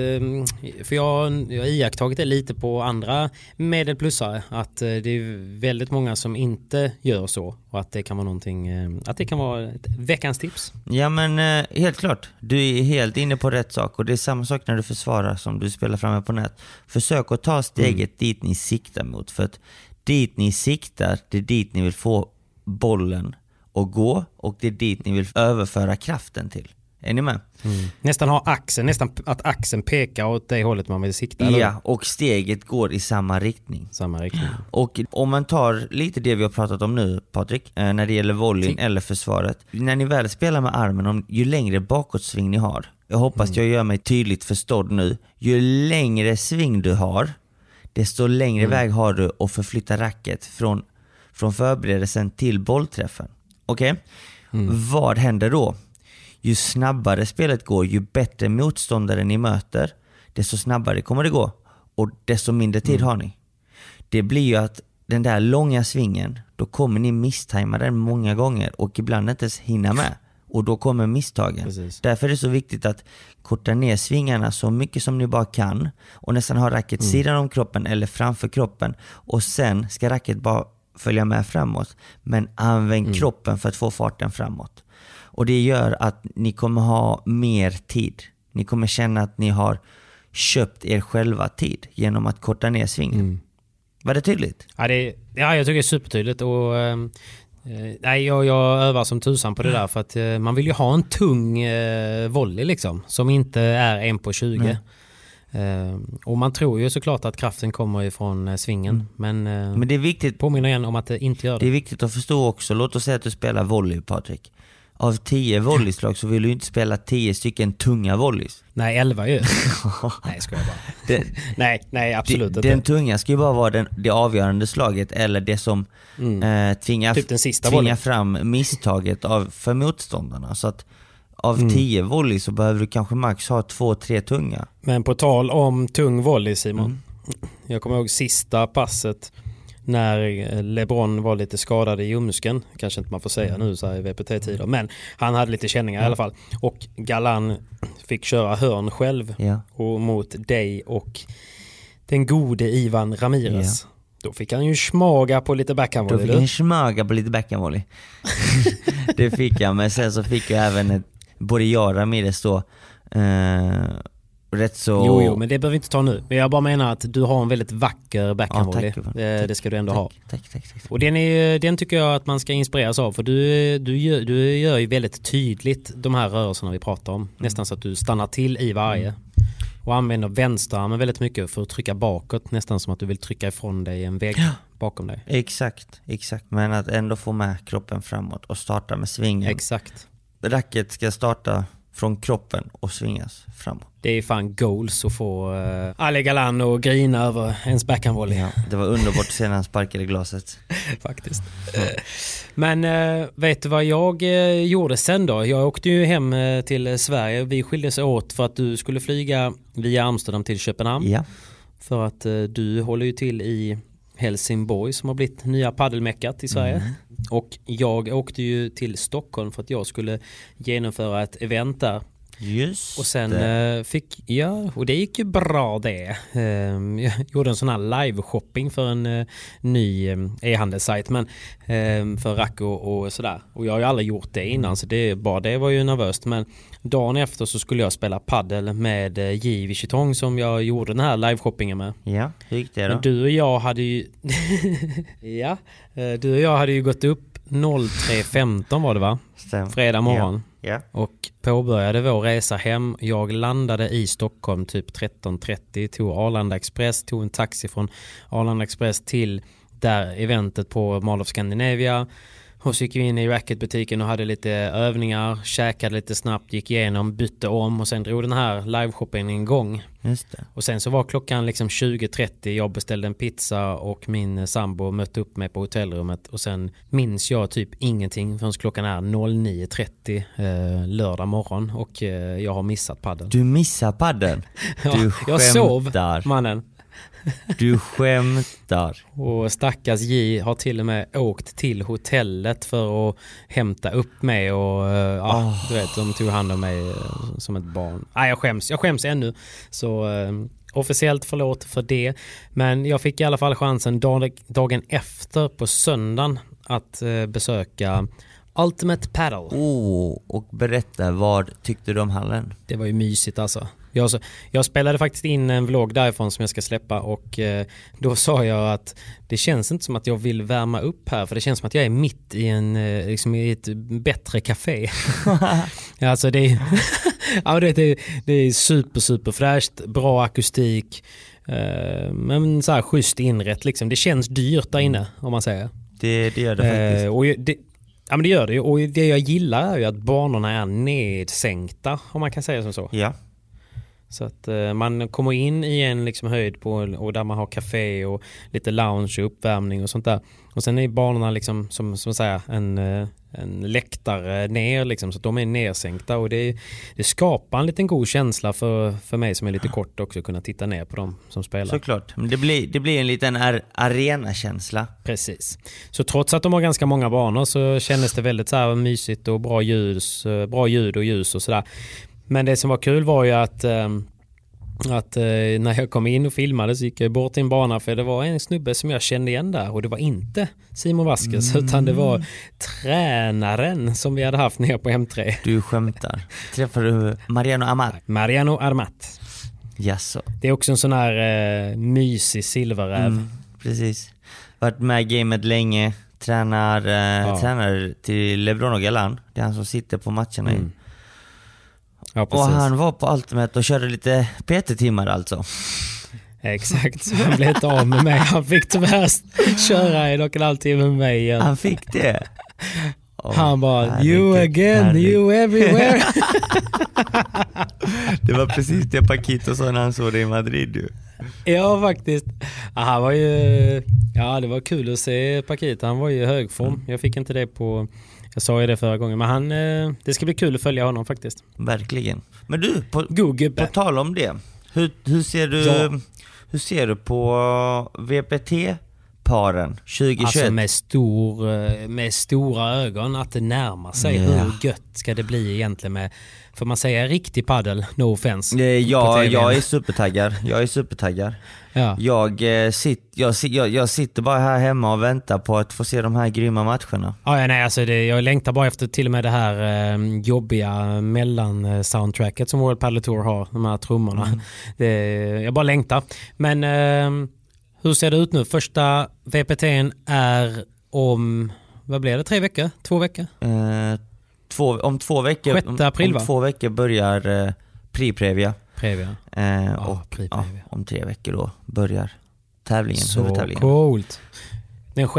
För jag, jag har iakttagit det lite på andra medelplussare. Att det är väldigt många som inte gör så. Och att det kan vara någonting... Att det kan vara ett veckans tips. Ja men helt klart. Du är helt inne på rätt sak. Och det är samma sak när du försvarar som du spelar framme på nät. Försök att ta steget mm. dit ni siktar mot. För att dit ni siktar, det är dit ni vill få bollen och gå, och det är dit ni vill överföra kraften till. Är ni med? Mm. Nästan ha axeln, nästan att axeln pekar åt det hållet man vill sikta. Eller? Ja, och steget går i samma riktning. Samma riktning. Och om man tar lite det vi har pratat om nu, Patrik, när det gäller volleyn T- eller försvaret. När ni väl spelar med armen, om, ju längre bakåtsving ni har, jag hoppas mm. jag gör mig tydligt förstådd nu, ju längre sving du har, desto längre mm. väg har du att förflytta racket från, från förberedelsen till bollträffen. Okej? Okay? Mm. Vad händer då? Ju snabbare spelet går, ju bättre motståndare ni möter, desto snabbare kommer det gå. Och desto mindre tid mm. har ni. Det blir ju att den där långa svingen, då kommer ni misstajma den många gånger och ibland inte ens hinna med. Och då kommer misstagen. Precis. Därför är det så viktigt att korta ner svingarna så mycket som ni bara kan. Och nästan ha racket mm. sidan om kroppen eller framför kroppen. Och sen ska racket bara följa med framåt, men använd mm. kroppen för att få farten framåt. Och det gör att ni kommer ha mer tid. Ni kommer känna att ni har köpt er själva tid genom att korta ner svingen. Mm. Var det tydligt? Ja, det, ja jag tycker det är supertydligt. Och, eh, nej, jag, jag övar som tusan på det där, för att eh, man vill ju ha en tung eh, volley liksom, som inte är en på tjugo. Nej. Uh, och man tror ju såklart att kraften kommer ifrån uh, svingen mm. men, uh, men det är viktigt, påminner igen om att det inte gör det. Det är viktigt att förstå också. Låt oss säga att du spelar volley, Patrik. Av tio volleyslag så vill du inte spela tio stycken tunga volleys. Nej, elva ju. Nej, ska jag bara. Det, nej, nej, absolut det, inte. Den tunga ska ju bara vara den, det avgörande slaget, eller det som mm. uh, tvingar, typ den sista tvingar fram misstaget av, för motståndarna. Så att av mm. tio volley så behöver du kanske max ha två, tre tunga. Men på tal om tung volley, Simon. Mm. Jag kommer ihåg sista passet när LeBron var lite skadad i ljumsken. Kanske inte man får säga nu så här i V P T-tider. Men han hade lite känningar mm. i alla fall. Och Galan fick köra hörn själv ja. och mot dig och den gode Ivan Ramirez. Ja. Då fick han ju smaga på lite backhandvolley. Då fick han smaga på lite backhandvolley. Det fick jag, men sen så fick jag även ett, både jag och Ramirez då eh, rätt så... Jo, jo, men det behöver vi inte ta nu. Men jag bara menar att du har en väldigt vacker backhandvolley. Ja, det, det ska du ändå tack, ha. Tack, tack, tack. Och den, är, den tycker jag att man ska inspireras av. För du, du, gör, du gör ju väldigt tydligt de här rörelserna vi pratar om. Mm. Nästan så att du stannar till i varje. Mm. Och använder vänsterarmen väldigt mycket för att trycka bakåt. Nästan som att du vill trycka ifrån dig en vägg ja. bakom dig. Exakt, exakt. Men att ändå få med kroppen framåt och starta med svingen. Exakt. Racket ska starta från kroppen och svingas framåt. Det är fan goals att få uh, Ali Galan och grina över ens backhandvolley. Ja, det var underbart att se när han sparkade glaset. Faktiskt. Men uh, vet du vad jag uh, gjorde sen då? Jag åkte ju hem uh, till Sverige. Vi skildes åt för att du skulle flyga via Amsterdam till Köpenhamn. Ja. För att uh, du håller ju till i Helsingborg som har blivit nya paddelmeckat i Sverige. Mm. Och jag åkte ju till Stockholm för att jag skulle genomföra ett event där. Just och sen det. fick ja, och det gick ju bra det. Jag gjorde en sån här live-shopping för en ny e-handelssajt, men för rack och, och sådär. Och jag har ju aldrig gjort det innan, så det, bara det var ju nervöst. Men dagen efter så skulle jag spela paddel med J. Vichitong som jag gjorde den här live-shoppingen med. Ja, hur gick det då? Men du och jag hade ju ja, du och jag hade ju gått upp tre femton var det va? Stäm. Fredag morgon. Ja. Ja. Och påbörjade vår resa hem. Jag landade i Stockholm typ tretton trettio, tog Arlanda Express, tog en taxi från Arlanda Express till där eventet på Mall of Scandinavia. Och så gick vi in i racketbutiken och hade lite övningar, käkade lite snabbt, gick igenom, bytte om och sen drog den här liveshoppingen igång. Just det. Och sen så var klockan liksom tjugo trettio, jag beställde en pizza och min sambo mötte upp mig på hotellrummet och sen minns jag typ ingenting förrän klockan är nio trettio eh, lördag morgon och eh, jag har missat padden. Du missar padden? Ja, du jag sov, mannen. Du skämtar. Och stackars J har till och med åkt till hotellet för att hämta upp mig och ja, oh. du vet, de tog hand om mig som ett barn. Nej, jag skäms, jag skäms ännu. Så eh, officiellt förlåt för det. Men jag fick i alla fall chansen dag, dagen efter på söndagen att eh, besöka Ultimate Paddle. Oh, och berätta, vad tyckte du om hallen? Det var ju mysigt alltså. Jag, jag spelade faktiskt in en vlogg därifrån som jag ska släppa och eh, då sa jag att det känns inte som att jag vill värma upp här för det känns som att jag är mitt i, en, eh, liksom i ett bättre café. Alltså det är, ja, det, är, det är super super fräscht, bra akustik, eh, men så här schysst inrätt liksom. Det känns dyrt där inne om man säger. Det, det gör det faktiskt. Eh, och det, ja men det gör det och det jag gillar är ju att banorna är nedsänkta om man kan säga som så. Ja. Så att uh, man kommer in i en liksom höjd på, och där man har café och lite lounge och uppvärmning och sånt där. Och sen är banorna liksom som, som säga, en, uh, en läktare ner liksom, så att de är nersänkta och det, det skapar en liten god känsla för, för mig som är lite kort också att kunna titta ner på dem som spelar. Såklart, men det blir, det blir en liten ar- arena-känsla. Precis. Så trots att de har ganska många banor så kändes det väldigt så här mysigt och bra ljus, bra ljud och ljus och sådär. Men det som var kul var ju att, att när jag kom in och filmade så gick jag bort till en bana för det var en snubbe som jag kände igen där och det var inte Simon Vasquez mm. utan det var tränaren som vi hade haft ner på M tre. Du skämtar. Träffade du Mariano Amat? Mariano Amat. Jaså. Det är också en sån här uh, mysig silverräv. Mm, precis. Varit med i gamet länge. Tränar, uh, ja. tränar till LeBron och Galan. Det är han som sitter på matcherna mm. Ja, och han var på Ultimate och körde lite P T-timmar alltså. Exakt, så han blev inte av med mig. Han fick tyvärr köra en och en halv timme med mig igen. Han fick det? Oh, han bara, herregud, you again, herregud. You everywhere. Det var precis det Paquito sa när han såg det i Madrid du. Ja faktiskt. Han var ju, ja det var kul att se Paquito. Han var ju i hög form. Mm. Jag fick inte det på... Jag sa ju det förra gången, men han, det ska bli kul att följa honom faktiskt. Verkligen. Men du, på, Google. på tal om det. Hur, hur, ser du, ja. hur ser du på V P T-paren tjugo tjugoett? Alltså med, stor, med stora ögon att det närmar sig. Yeah. Hur gött ska det bli egentligen med, för man säger riktig paddel, no offense. Ja, jag är supertaggad. Jag är supertaggad. Ja. Jag, eh, sit, jag, jag, jag sitter bara här hemma och väntar på att få se de här grymma matcherna. Ja, ja nej, alltså det, jag längtar bara efter till och med det här eh, jobbiga mellan-soundtracket som World Padel Tour har, de här trummorna. Mm. Det, jag bara längtar. Men eh, hur ser det ut nu? Första V P T:n är om, vad blir det, tre veckor? Två veckor? Eh, två, om två veckor. sjätte april, om, va? om två veckor börjar eh, Pri-Previa. Previa. Eh, och oh, ja, om tre veckor då börjar tävlingen. Så coolt. Den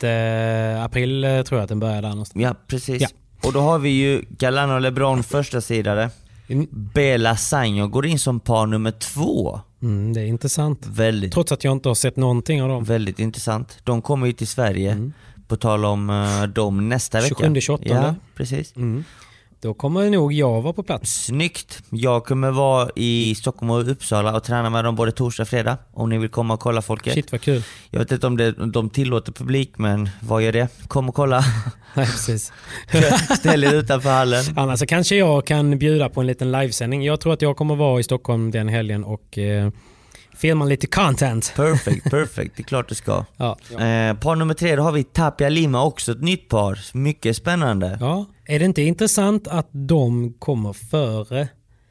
sjätte april tror jag att den börjar där någonstans. Ja, precis. Ja. Och då har vi ju Galan och LeBron första sidare. Mm. Bela Sanjo går in som par nummer två. Mm, det är intressant. Väldigt, trots att jag inte har sett någonting av dem. Väldigt intressant. De kommer ju till Sverige mm. på tal om uh, dem nästa vecka. tjugosjunde tjugoåttonde Ja, precis. Mm. Då kommer nog jag vara på plats. Snyggt. Jag kommer vara i Stockholm och Uppsala och träna med dem både torsdag och fredag. Om ni vill komma och kolla folket. Shit, vad kul. Jag vet inte om, det, om de tillåter publik, men vad gör det? Kom och kolla. Nej, precis. Ställ er utanför hallen. Annars så kanske jag kan bjuda på en liten livesändning. Jag tror att jag kommer vara i Stockholm den helgen och... Eh, filma lite content. Perfect, perfect. Det är klart det ska. Ja, ja. Eh, par nummer tre, då har vi Tapia Lima också. Ett nytt par. Mycket spännande. Ja, är det inte intressant att de kommer före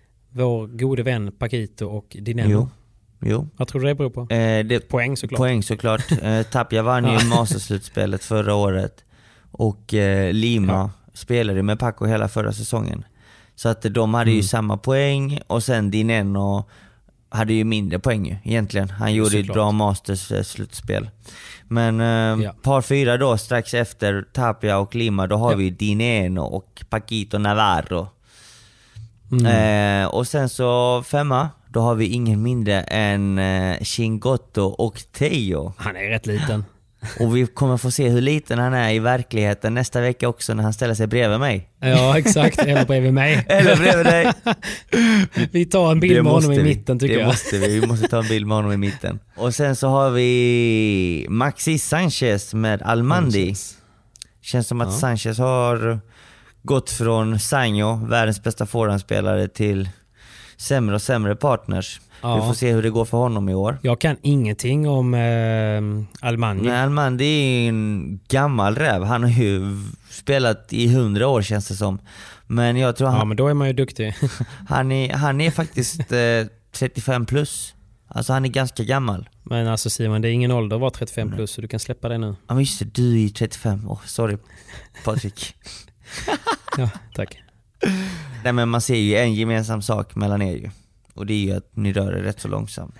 vår gode vän Paquito och Dineno? Jo. Jo. Vad tror du det beror på? Eh, det, poäng såklart. Poäng såklart. eh, Tapia vann ju Masterslutspelet förra året. Och eh, Lima ja. spelade med Paco hela förra säsongen. Så att de hade mm. ju samma poäng. Och sen Dineno hade ju mindre poäng ju, egentligen. Han gjorde ju ett bra Masters eh, slutspel. Men eh, ja. par fyra då, strax efter Tapia och Lima, då har ja. vi Dineno och Paquito Navarro. Mm. Eh, och sen så femma, då har vi ingen mindre än eh, Chingotto och Teo. Han är rätt liten. Och vi kommer få se hur liten han är i verkligheten nästa vecka också när han ställer sig bredvid mig. Ja, exakt. Eller bredvid mig. Eller bredvid dig. Vi tar en bild det med honom i mitten, tycker det jag. Måste vi. vi måste ta en bild med honom i mitten. Och sen så har vi Maxi Sanchez med Almandi. Sanchez. Känns som att ja. Sanchez har gått från Sanjo, världens bästa forehandspelare, till sämre och sämre partners. Ja. Vi får se hur det går för honom i år. Jag kan ingenting om eh, Almandi. Men Almandi är en gammal räv. Han har ju spelat i hundra år, känns det som. Men jag tror han... Ja, men då är man ju duktig. han, är, han är faktiskt eh, trettiofem plus. Alltså han är ganska gammal. Men alltså Simon, det är ingen ålder att vara trettiofem plus, så du kan släppa det nu. Ja, men just det, du är trettiofem. Oh, sorry, Patrik. Ja, tack. Nej, men man ser ju en gemensam sak mellan er ju. Och det är ju att ni rör er rätt så långsamt.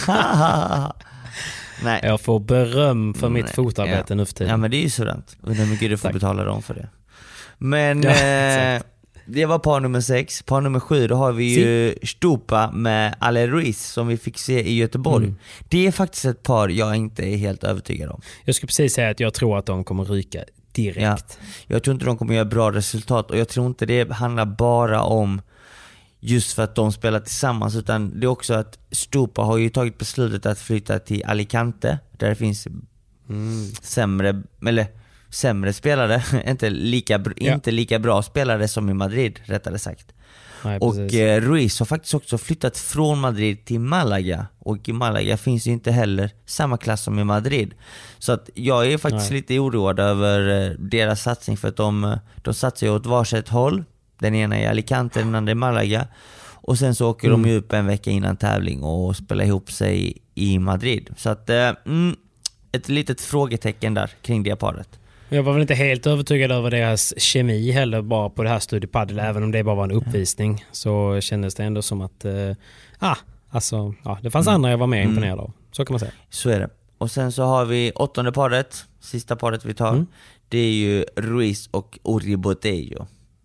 Nej. Jag får beröm för mitt Nej. fotarbete ja. nu för tiden. Ja, men det är ju sådant. Och hur mycket du får Tack. betala dem för det. Men ja, eh, det var par nummer sex. Par nummer sju, då har vi ju si. Stupa med Ale Ruiz som vi fick se i Göteborg. Mm. Det är faktiskt ett par jag inte är helt övertygad om. Jag skulle precis säga att jag tror att de kommer ryka direkt. Ja. Jag tror inte de kommer göra bra resultat. Och jag tror inte det handlar bara om just för att de spelar tillsammans, utan det är också att Stupa har ju tagit beslutet att flytta till Alicante, där det finns mm. sämre eller sämre spelare, inte lika ja. inte lika bra spelare som i Madrid, rättare sagt. Nej, och eh, Ruiz har faktiskt också flyttat från Madrid till Malaga, och i Malaga finns ju inte heller samma klass som i Madrid. Så att jag är faktiskt Nej. lite oroad över eh, deras satsning, för att de, de satsar ju åt varsitt håll. Den ena är i Alicante, den andra i Malaga. Och sen så åker mm. de ju upp en vecka innan tävling och spelar ihop sig i Madrid. Så att, mm, ett litet frågetecken där kring det paret. Jag var väl inte helt övertygad över deras kemi heller bara på det här Studio Padel. Även om det bara var en uppvisning, så kändes det ändå som att eh, ah, alltså, ja, det fanns mm. andra jag var mer imponerad av. Så kan man säga. Så är det. Och sen så har vi åttonde paret, sista paret vi tar. Mm. Det är ju Ruiz och Uri Botello.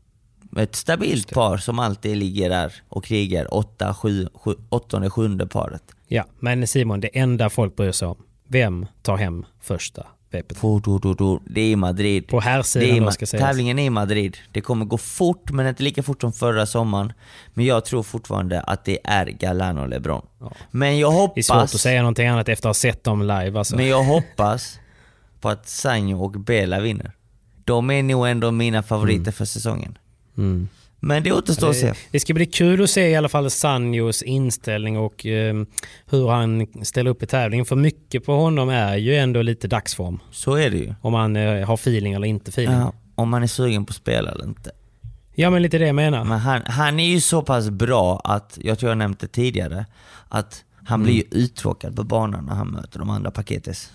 Ett stabilt par som alltid ligger där och krigar. Åtta, sju, sju, åttonde, sjunde paret. Ja, men Simon, det enda folk bryr sig om, vem tar hem första V P T? Det är i Madrid. På här sidan då ska sägas. Tävlingen är i Madrid. Det kommer gå fort, men inte lika fort som förra sommaren. Men jag tror fortfarande att det är Galán och LeBron. Ja. Men jag hoppas... Det är svårt att säga någonting annat efter att ha sett dem live. Alltså. Men jag hoppas på att Sanjo och Bela vinner. De är nog ändå mina favoriter mm. för säsongen. Mm. Men det återstår att se. Det ska bli kul att se i alla fall Sanjos inställning och eh, hur han ställer upp i tävlingen. För mycket på honom är ju ändå lite dagsform. Så är det ju. Om han eh, har feeling eller inte feeling. Ja, om man är sugen på att spela eller inte. Ja, men lite det jag menar. Men han, han är ju så pass bra att, jag tror jag nämnt det tidigare, att han mm. blir ju uttråkad på banan när han möter de andra paketes.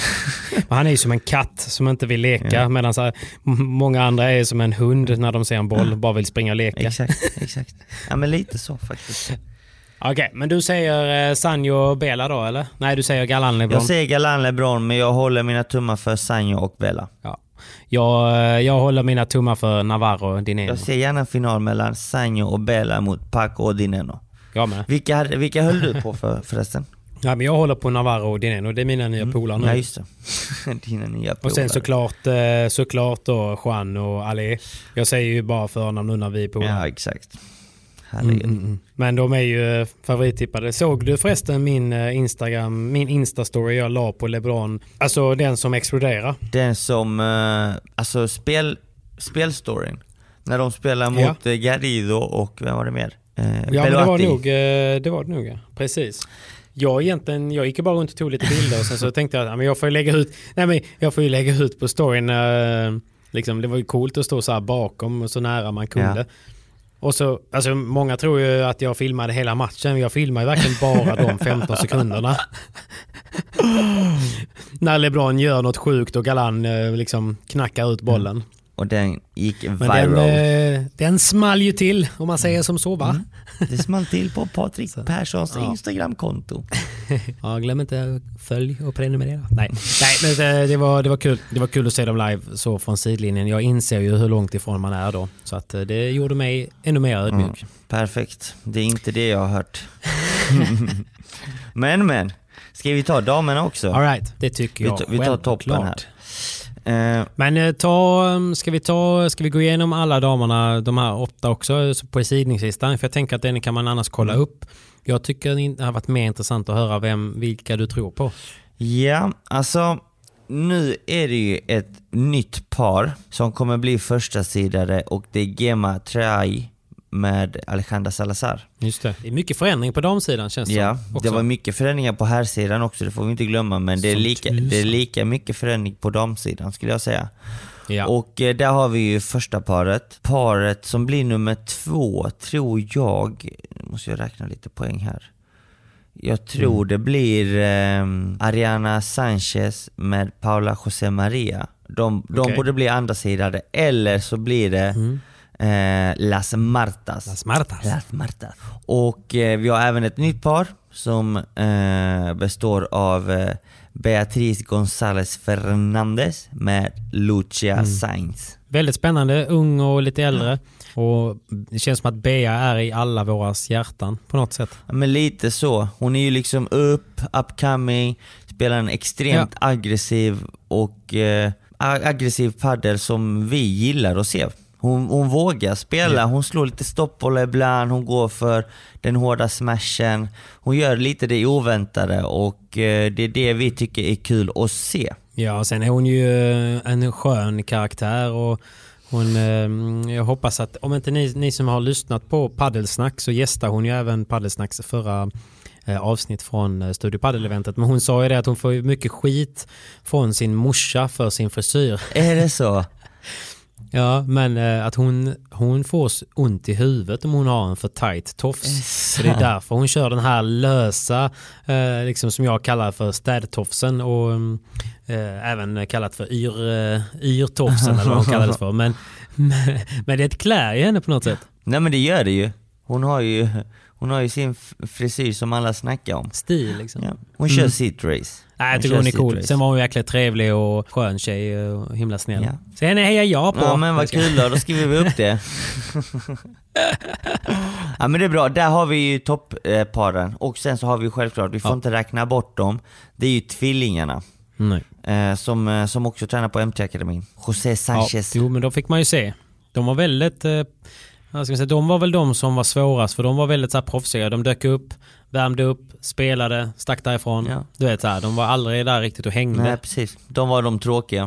Han är ju som en katt som inte vill leka, ja. Medan så här, många andra är som en hund när de ser en boll, bara vill springa och leka. Exakt, exakt. Ja, men lite så faktiskt. Okej, okay, men du säger eh, Sanjo och Bela då, eller? Nej, du säger Galán LeBron. Jag säger Galán LeBron, men jag håller mina tummar för Sanjo och Bela. Ja. Jag, jag håller mina tummar för Navarro och Dineno. Jag ser gärna en final mellan Sanjo och Bela mot Paco och Dineno. Jag med. Vilka, vilka höll du på för, förresten? Ja, men jag håller på Navarro och Dineno. Det är mina nya mm. polare nu. Ja, just det. Dina nya polare. Och sen såklart, såklart då Juan och Ali. Jag säger ju bara förnamn nu när vi är polare. Ja, exakt. Mm, mm, mm. Men de är ju favorittippade. Såg du förresten min Instagram, min Insta-story jag la på LeBron? Alltså den som exploderar. Den som, alltså spel, spelstoryn. När de spelar mot ja. Garrido och vem var det mer? Eh, ja, men det var nog, det var det nog, ja. Precis. Jag egentligen, jag gick bara runt och tog lite bilder och sen så tänkte jag att ja, jag får ju lägga ut, nej men jag får ju lägga ut på storyn, eh, liksom, det var ju coolt att stå så här bakom och så nära man kunde. Ja. Och så, alltså många tror ju att jag filmade hela matchen, men jag filmade verkligen bara de femton sekunderna. När LeBron gör något sjukt och Galán eh, liksom knackar ut bollen. Mm. Och den gick viral. Men den, eh, den small ju till, om man säger som så, va? Mm. Det small till på Patrik Perssons ja. Instagramkonto. Ja, glöm inte följ och prenumerera. Nej, Nej men det var, det var kul. Det var kul att se dem live så från sidlinjen. Jag inser ju hur långt ifrån man är då. Så att det gjorde mig ännu mer ödmjuk. Mm, perfekt. Det är inte det jag har hört. men, men. Ska vi ta damerna också? All right, det tycker jag. Vi, vi tar toppen här. Uh, Men ta, ska vi ta ska vi gå igenom alla damerna, de här åtta också på sidningslistan, för jag tänker att den kan man annars kolla upp. Jag tycker det har varit mer intressant att höra vem, vilka du tror på. Ja, alltså nu är det ju ett nytt par som kommer bli första sidare och det är Gemma Trai med Alejandra Salazar. Just det. Det är mycket förändring på damsidan känns det. Ja, det var mycket förändringar på herrsidan också, det får vi inte glömma, men det är, lika, det är lika mycket förändring på damsidan skulle jag säga. Ja. Och eh, där har vi ju första paret. Paret som blir nummer två tror jag, måste jag räkna lite poäng här. Jag tror mm. det blir eh, Ariana Sanchez med Paula José Maria. De, de okay. borde bli andra sidade, eller så blir det mm. Eh, Las Martas. Las Martas. Las Martas. Och eh, vi har även ett nytt par som eh, består av eh, Beatriz González Fernández med Lucia mm. Sainz. Väldigt spännande, ung och lite äldre. Och det känns som att Bea är i alla våras hjärtan på något sätt. Ja, men lite så. Hon är ju liksom upp, upcoming, spelar en extremt ja. aggressiv och eh, aggressiv paddel som vi gillar att se. Hon, hon vågar spela, hon slår lite stoppbollar ibland, hon går för den hårda smashen. Hon gör lite det oväntade och eh, det är det vi tycker är kul att se. Ja, och sen är hon ju en skön karaktär och hon, eh, jag hoppas att, om inte ni, ni som har lyssnat på Paddelsnack, så gästar hon ju även Paddelsnacks förra eh, avsnitt från Studio Paddel-eventet. Men hon sa ju det att hon får mycket skit från sin morsa för sin frisyr. Är det så? Ja, men eh, att hon, hon får ont i huvudet om hon har en för tight tofs. Så det är därför hon kör den här lösa, eh, liksom som jag kallar för städtofsen och eh, även kallat för yr, eh, yrtofsen eller vad hon kallar det för. Men, men, men det klär ju henne på något sätt. Nej, men det gör det ju. Hon har ju, hon har ju sin frisyr som alla snackar om. Stil liksom. Ja. Hon kör mm. seat race. Nej, jag tycker hon är cool. Race. Sen var hon verkligen trevlig och skön tjej och himla snäll. Ja. Sen hejar jag på. Ja, men vad kul då. Då skriver vi upp det. Ja, men det är bra. Där har vi ju toppparen. Och sen så har vi självklart, vi får ja. inte räkna bort dem. Det är ju tvillingarna. Nej. Eh, som, som också tränar på M T-akademin. José Sanchez. Ja, jo, men då fick man ju se. De var väldigt... Eh, jag ska säga, de var väl de som var svårast, för de var väldigt så här proffsiga. De dök upp, värmde upp, spelade, stack därifrån. Ja. Du vet så här, de var aldrig där riktigt och hängde. Nej, precis. De var de tråkiga.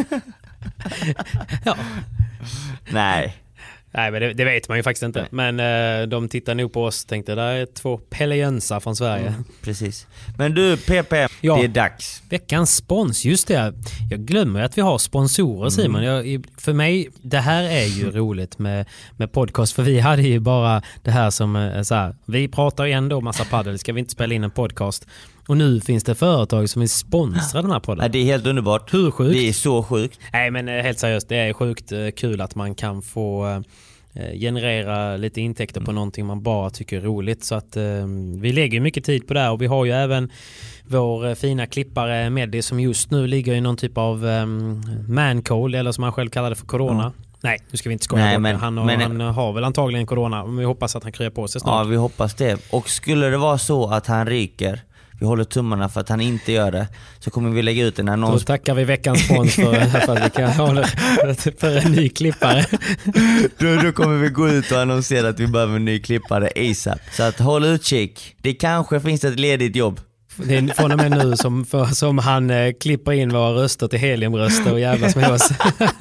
Ja. Nej. Nej, men det, det vet man ju faktiskt inte. Nej. Men eh, de tittar nog på oss och tänkte, där är två Pelejensa från Sverige. Mm, precis. Men du, P P, ja. Det är dags. Veckans spons, just det. Jag glömmer att vi har sponsorer, Simon. Jag, för mig, det här är ju roligt med, med podcast. För vi hade ju bara det här som, så här, vi pratar ju ändå massa paddel. Ska vi inte spela in en podcast? Och nu finns det företag som vill sponsra den här podden. Ja, det är helt underbart. Hur sjukt? Det är så sjukt. Nej, men helt seriöst, det är sjukt kul att man kan få eh, generera lite intäkter mm. på någonting man bara tycker är roligt. Så att eh, vi lägger mycket tid på det här. Och vi har ju även vår fina klippare Meddi som just nu ligger i någon typ av eh, man-cold, eller som han själv kallar det för corona. Mm. Nej, nu ska vi inte skoja. Nej, men, han, har, men, han har väl antagligen corona. Men vi hoppas att han kryar på sig snart. Ja, vi hoppas det. Och skulle det vara så att han ryker, vi håller tummarna för att han inte gör det, så kommer vi lägga ut en annons. Då tackar vi veckans spons för, för att vi kan hålla för en ny klippare. då, då kommer vi gå ut och annonsera att vi behöver en ny klippare ASAP. Så att håll utkik. Det kanske finns ett ledigt jobb. Det är från och med nu som, för, som han eh, klipper in våra röster till heliumröster och jävlas med oss.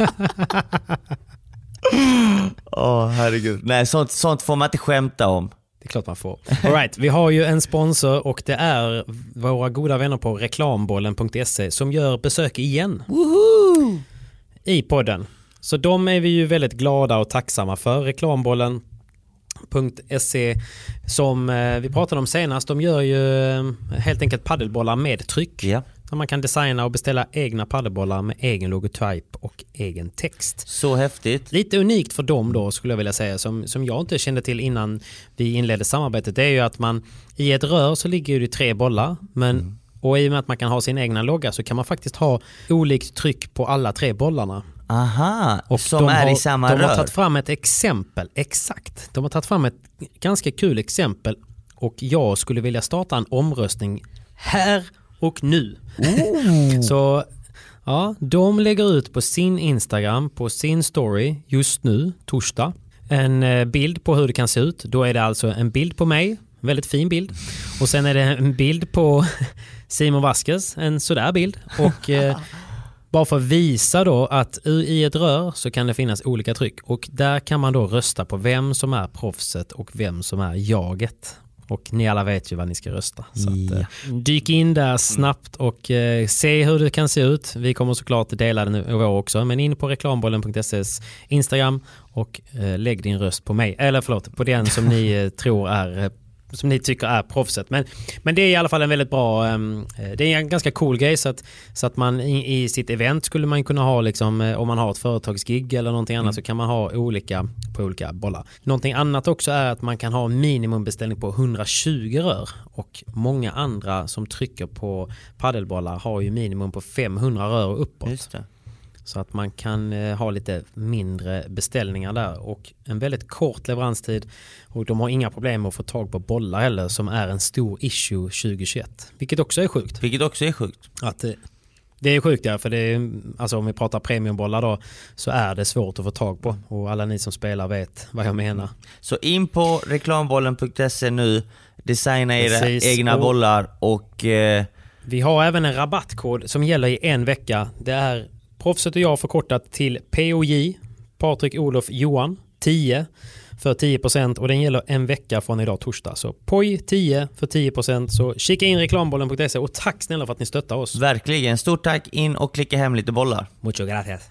Åh, oh, herregud. Nej, sånt, sånt får man inte skämta om. Det är klart man får. All right, vi har ju en sponsor och det är våra goda vänner på reklambollen punkt se som gör besök igen. Woohoo! I podden. Så de är vi ju väldigt glada och tacksamma för. reklambollen punkt se som vi pratade om senast, de gör ju helt enkelt paddelbollar med tryck. Ja. Så man kan designa och beställa egna paddelbollar med egen logotyp och egen text. Så häftigt. Lite unikt för dem då skulle jag vilja säga, som, som jag inte kände till innan vi inledde samarbetet, det är ju att man i ett rör så ligger det tre bollar, men mm. och i och med att man kan ha sin egna logga så kan man faktiskt ha olikt tryck på alla tre bollarna. Aha, och som är har, i samma de rör. De har tagit fram ett exempel, exakt. De har tagit fram ett ganska kul exempel och jag skulle vilja starta en omröstning här och nu. Oh. Så ja, de lägger ut på sin Instagram, på sin story just nu, torsdag, en bild på hur det kan se ut. Då är det alltså en bild på mig, en väldigt fin bild. Och sen är det en bild på Simon Vasquez, en sådär bild. Och eh, bara för att visa då att i ett rör så kan det finnas olika tryck. Och där kan man då rösta på vem som är proffset och vem som är jaget. Och ni alla vet ju vad ni ska rösta. Så att, eh, dyk in där snabbt och eh, se hur det kan se ut. Vi kommer såklart dela det nu i år också. Men in på reklambollen punkt ses Instagram och eh, lägg din röst på mig. Eller förlåt, på den som ni eh, tror är eh, som ni tycker är proffset. Men, men det är i alla fall en väldigt bra um, det är en ganska cool grej så att, så att man i, i sitt event skulle man kunna ha liksom, om man har ett företagsgig eller någonting annat mm. så kan man ha olika på olika bollar. Någonting annat också är att man kan ha minimumbeställning på hundratjugo rör och många andra som trycker på paddelbollar har ju minimum på femhundra rör uppåt. Just det. Så att man kan eh, ha lite mindre beställningar där och en väldigt kort leveranstid och de har inga problem med att få tag på bollar heller som är en stor issue tjugohundratjugoett. Vilket också är sjukt. Vilket också är sjukt. Att eh, det är sjukt, ja, för det är, alltså om vi pratar premiumbollar då så är det svårt att få tag på och alla ni som spelar vet vad jag menar. Så in på reklambollen punkt se nu, designa era Precis. egna och bollar och eh... vi har även en rabattkod som gäller i en vecka. Det är Proffset och jag förkortat till P O J, Patrik Olof Johan, tio för tio procent och den gäller en vecka från idag torsdag. Så P O J tio för tio procent, så kika in reklambollen punkt se och tack snälla för att ni stöttar oss. Verkligen, stort tack, in och klicka hem lite bollar. Mucho gracias.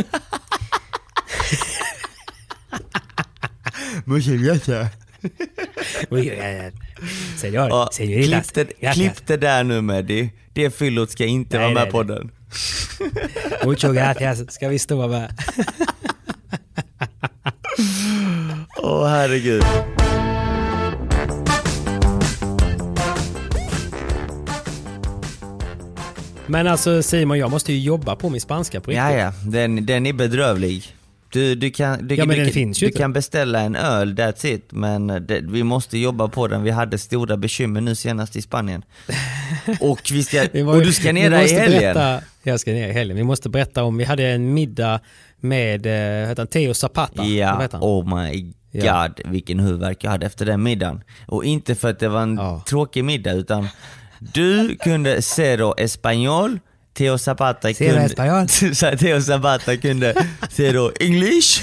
Mucho gracias. Senor, klipp, det, klipp det där nu med det. Det fyllot ska inte nej, vara med nej, på nej. den. Mucho gracias, ska vi stå med. Åh oh, herregud. Men alltså Simon, jag måste ju jobba på min spanska på riktigt. Ja, ja, den, den är bedrövlig. Du, du, kan, du, ja, du, du, du kan beställa en öl, that's it. Men det, vi måste jobba på den. Vi hade stora bekymmer nu senast i Spanien. Och, vi ska, och du ska ner där i helgen. Berätta, jag ska ner i helgen. Vi måste berätta om, vi hade en middag med heter han, Theo Zapata. Ja, oh my god, ja. Vilken huvudvärk jag hade efter den middagen. Och inte för att det var en ja. tråkig middag, utan du kunde cero español. Theo Zapata kunde Theo Zapata kunde cero English.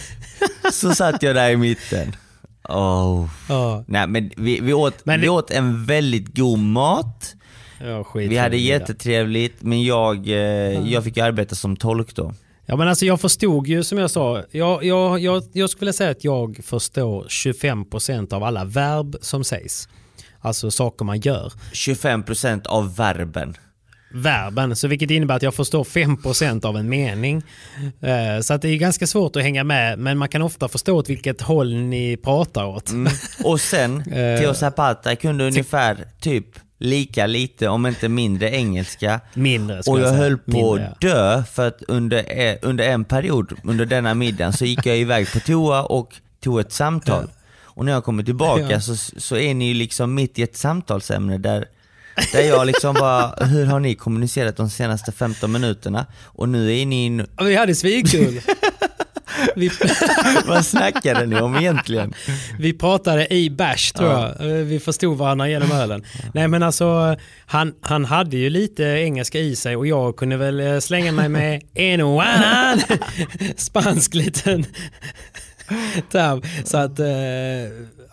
Så satt jag där i mitten. Oh. Oh. Nej, men vi, vi, åt, men vi åt en väldigt god mat. Ja, skit, vi hade jättetrevligt, men jag, eh, jag fick arbeta som tolk då. Ja, men alltså jag förstod ju, som jag sa, jag, jag, jag, jag skulle säga att jag förstår tjugofem procent av alla verb som sägs. Alltså saker man gör. tjugofem procent av verben. Verben, så vilket innebär att jag förstår fem procent av en mening. Uh, så att det är ganska svårt att hänga med, men man kan ofta förstå åt vilket håll ni pratar åt. Mm. Och sen, Theo Zapata kunde uh, ungefär typ lika lite, om inte mindre engelska. Mindre, och jag, jag höll på mindre, att dö för att under, under en period, under denna middagen, så gick jag iväg på toa och tog ett samtal. Uh. Och när jag kommer tillbaka ja. så, så är ni liksom mitt i ett samtalsämne där Där jag liksom bara, hur har ni kommunicerat de senaste femton minuterna? Och nu är ni in... Vi hade svinkul. Vi... Vad snackade ni om egentligen? Vi pratade i bash, tror ja. jag. Vi förstod varandra genom ölen. Nej, men alltså, han, han hade ju lite engelska i sig och jag kunde väl slänga mig med en och annan spansk liten term. Så att...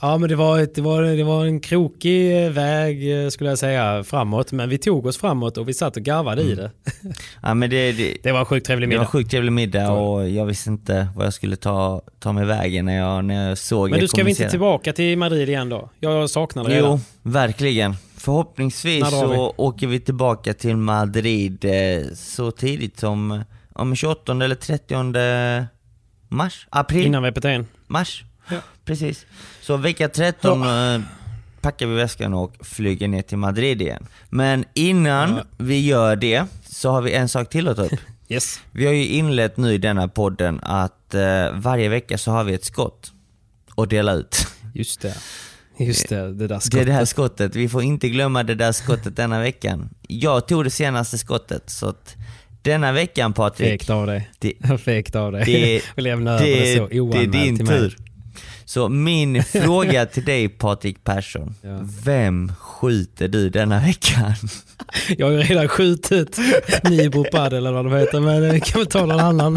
Ja, men det var, ett, det, var, det var en krokig väg skulle jag säga framåt, men vi tog oss framåt och vi satt och garvade mm. i det. Ja, men det, det, det var en sjukt trevlig middag. Det var en sjukt trevlig middag och jag visste inte vad jag skulle ta, ta med vägen när jag, när jag såg. Men du ska vi inte tillbaka till Madrid igen då? Jag saknar det redan. Jo, verkligen. Förhoppningsvis så vi? åker vi tillbaka till Madrid eh, så tidigt som om tjugoåttonde eller trettionde mars, april. Innan V P T. Mars. Ja. Precis. Så vecka tretton oh. packar vi väskan och flyger ner till Madrid igen. Men innan ja. vi gör det så har vi en sak till att ta upp. Yes. Vi har ju inlett nu i denna podden att eh, varje vecka så har vi ett skott att dela ut. Just det. Just det, det där skottet. Det är det här skottet. Vi får inte glömma det där skottet denna veckan. Jag tog det senaste skottet så att denna veckan, Patrik. Fekt av dig. Det, Fekt av dig. Det, och lämna över det, så det är din till tur. Mig. Så min fråga till dig, Patrik Persson. Ja. Vem skjuter du denna veckan? Jag har ju redan skjutit Nibro Padel eller vad de heter, men det kan vi ta någon annan.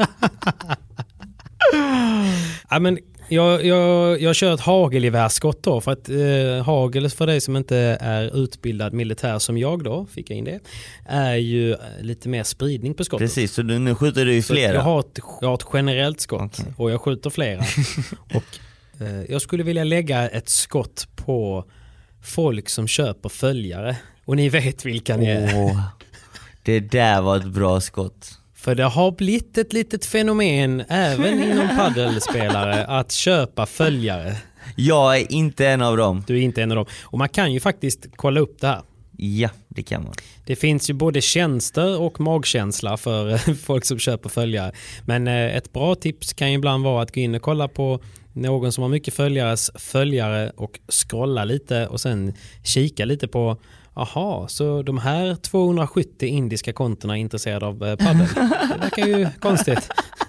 Ja, men jag, jag, jag kör ett hagelgevärsskott då, för att eh, hagel, för dig som inte är utbildad militär som jag då, fick jag in det, är ju lite mer spridning på skottet. Precis, så du, nu skjuter du ju flera. Jag har, ett, jag har ett generellt skott okay. och jag skjuter flera. Och eh, jag skulle vilja lägga ett skott på folk som köper följare. Och ni vet vilka ni är. Oh, det där var ett bra skott. För det har blivit ett litet fenomen även inom paddelspelare att köpa följare. Jag är inte en av dem. Du är inte en av dem. Och man kan ju faktiskt kolla upp det här. Ja, det kan man. Det finns ju både tjänster och magkänsla för folk som köper följare. Men ett bra tips kan ju ibland vara att gå in och kolla på någon som har mycket följares följare och scrolla lite och sen kika lite på aha, så de här tvåhundrasjuttio indiska kontona är intresserade av eh, paddel. Det verkar ju konstigt.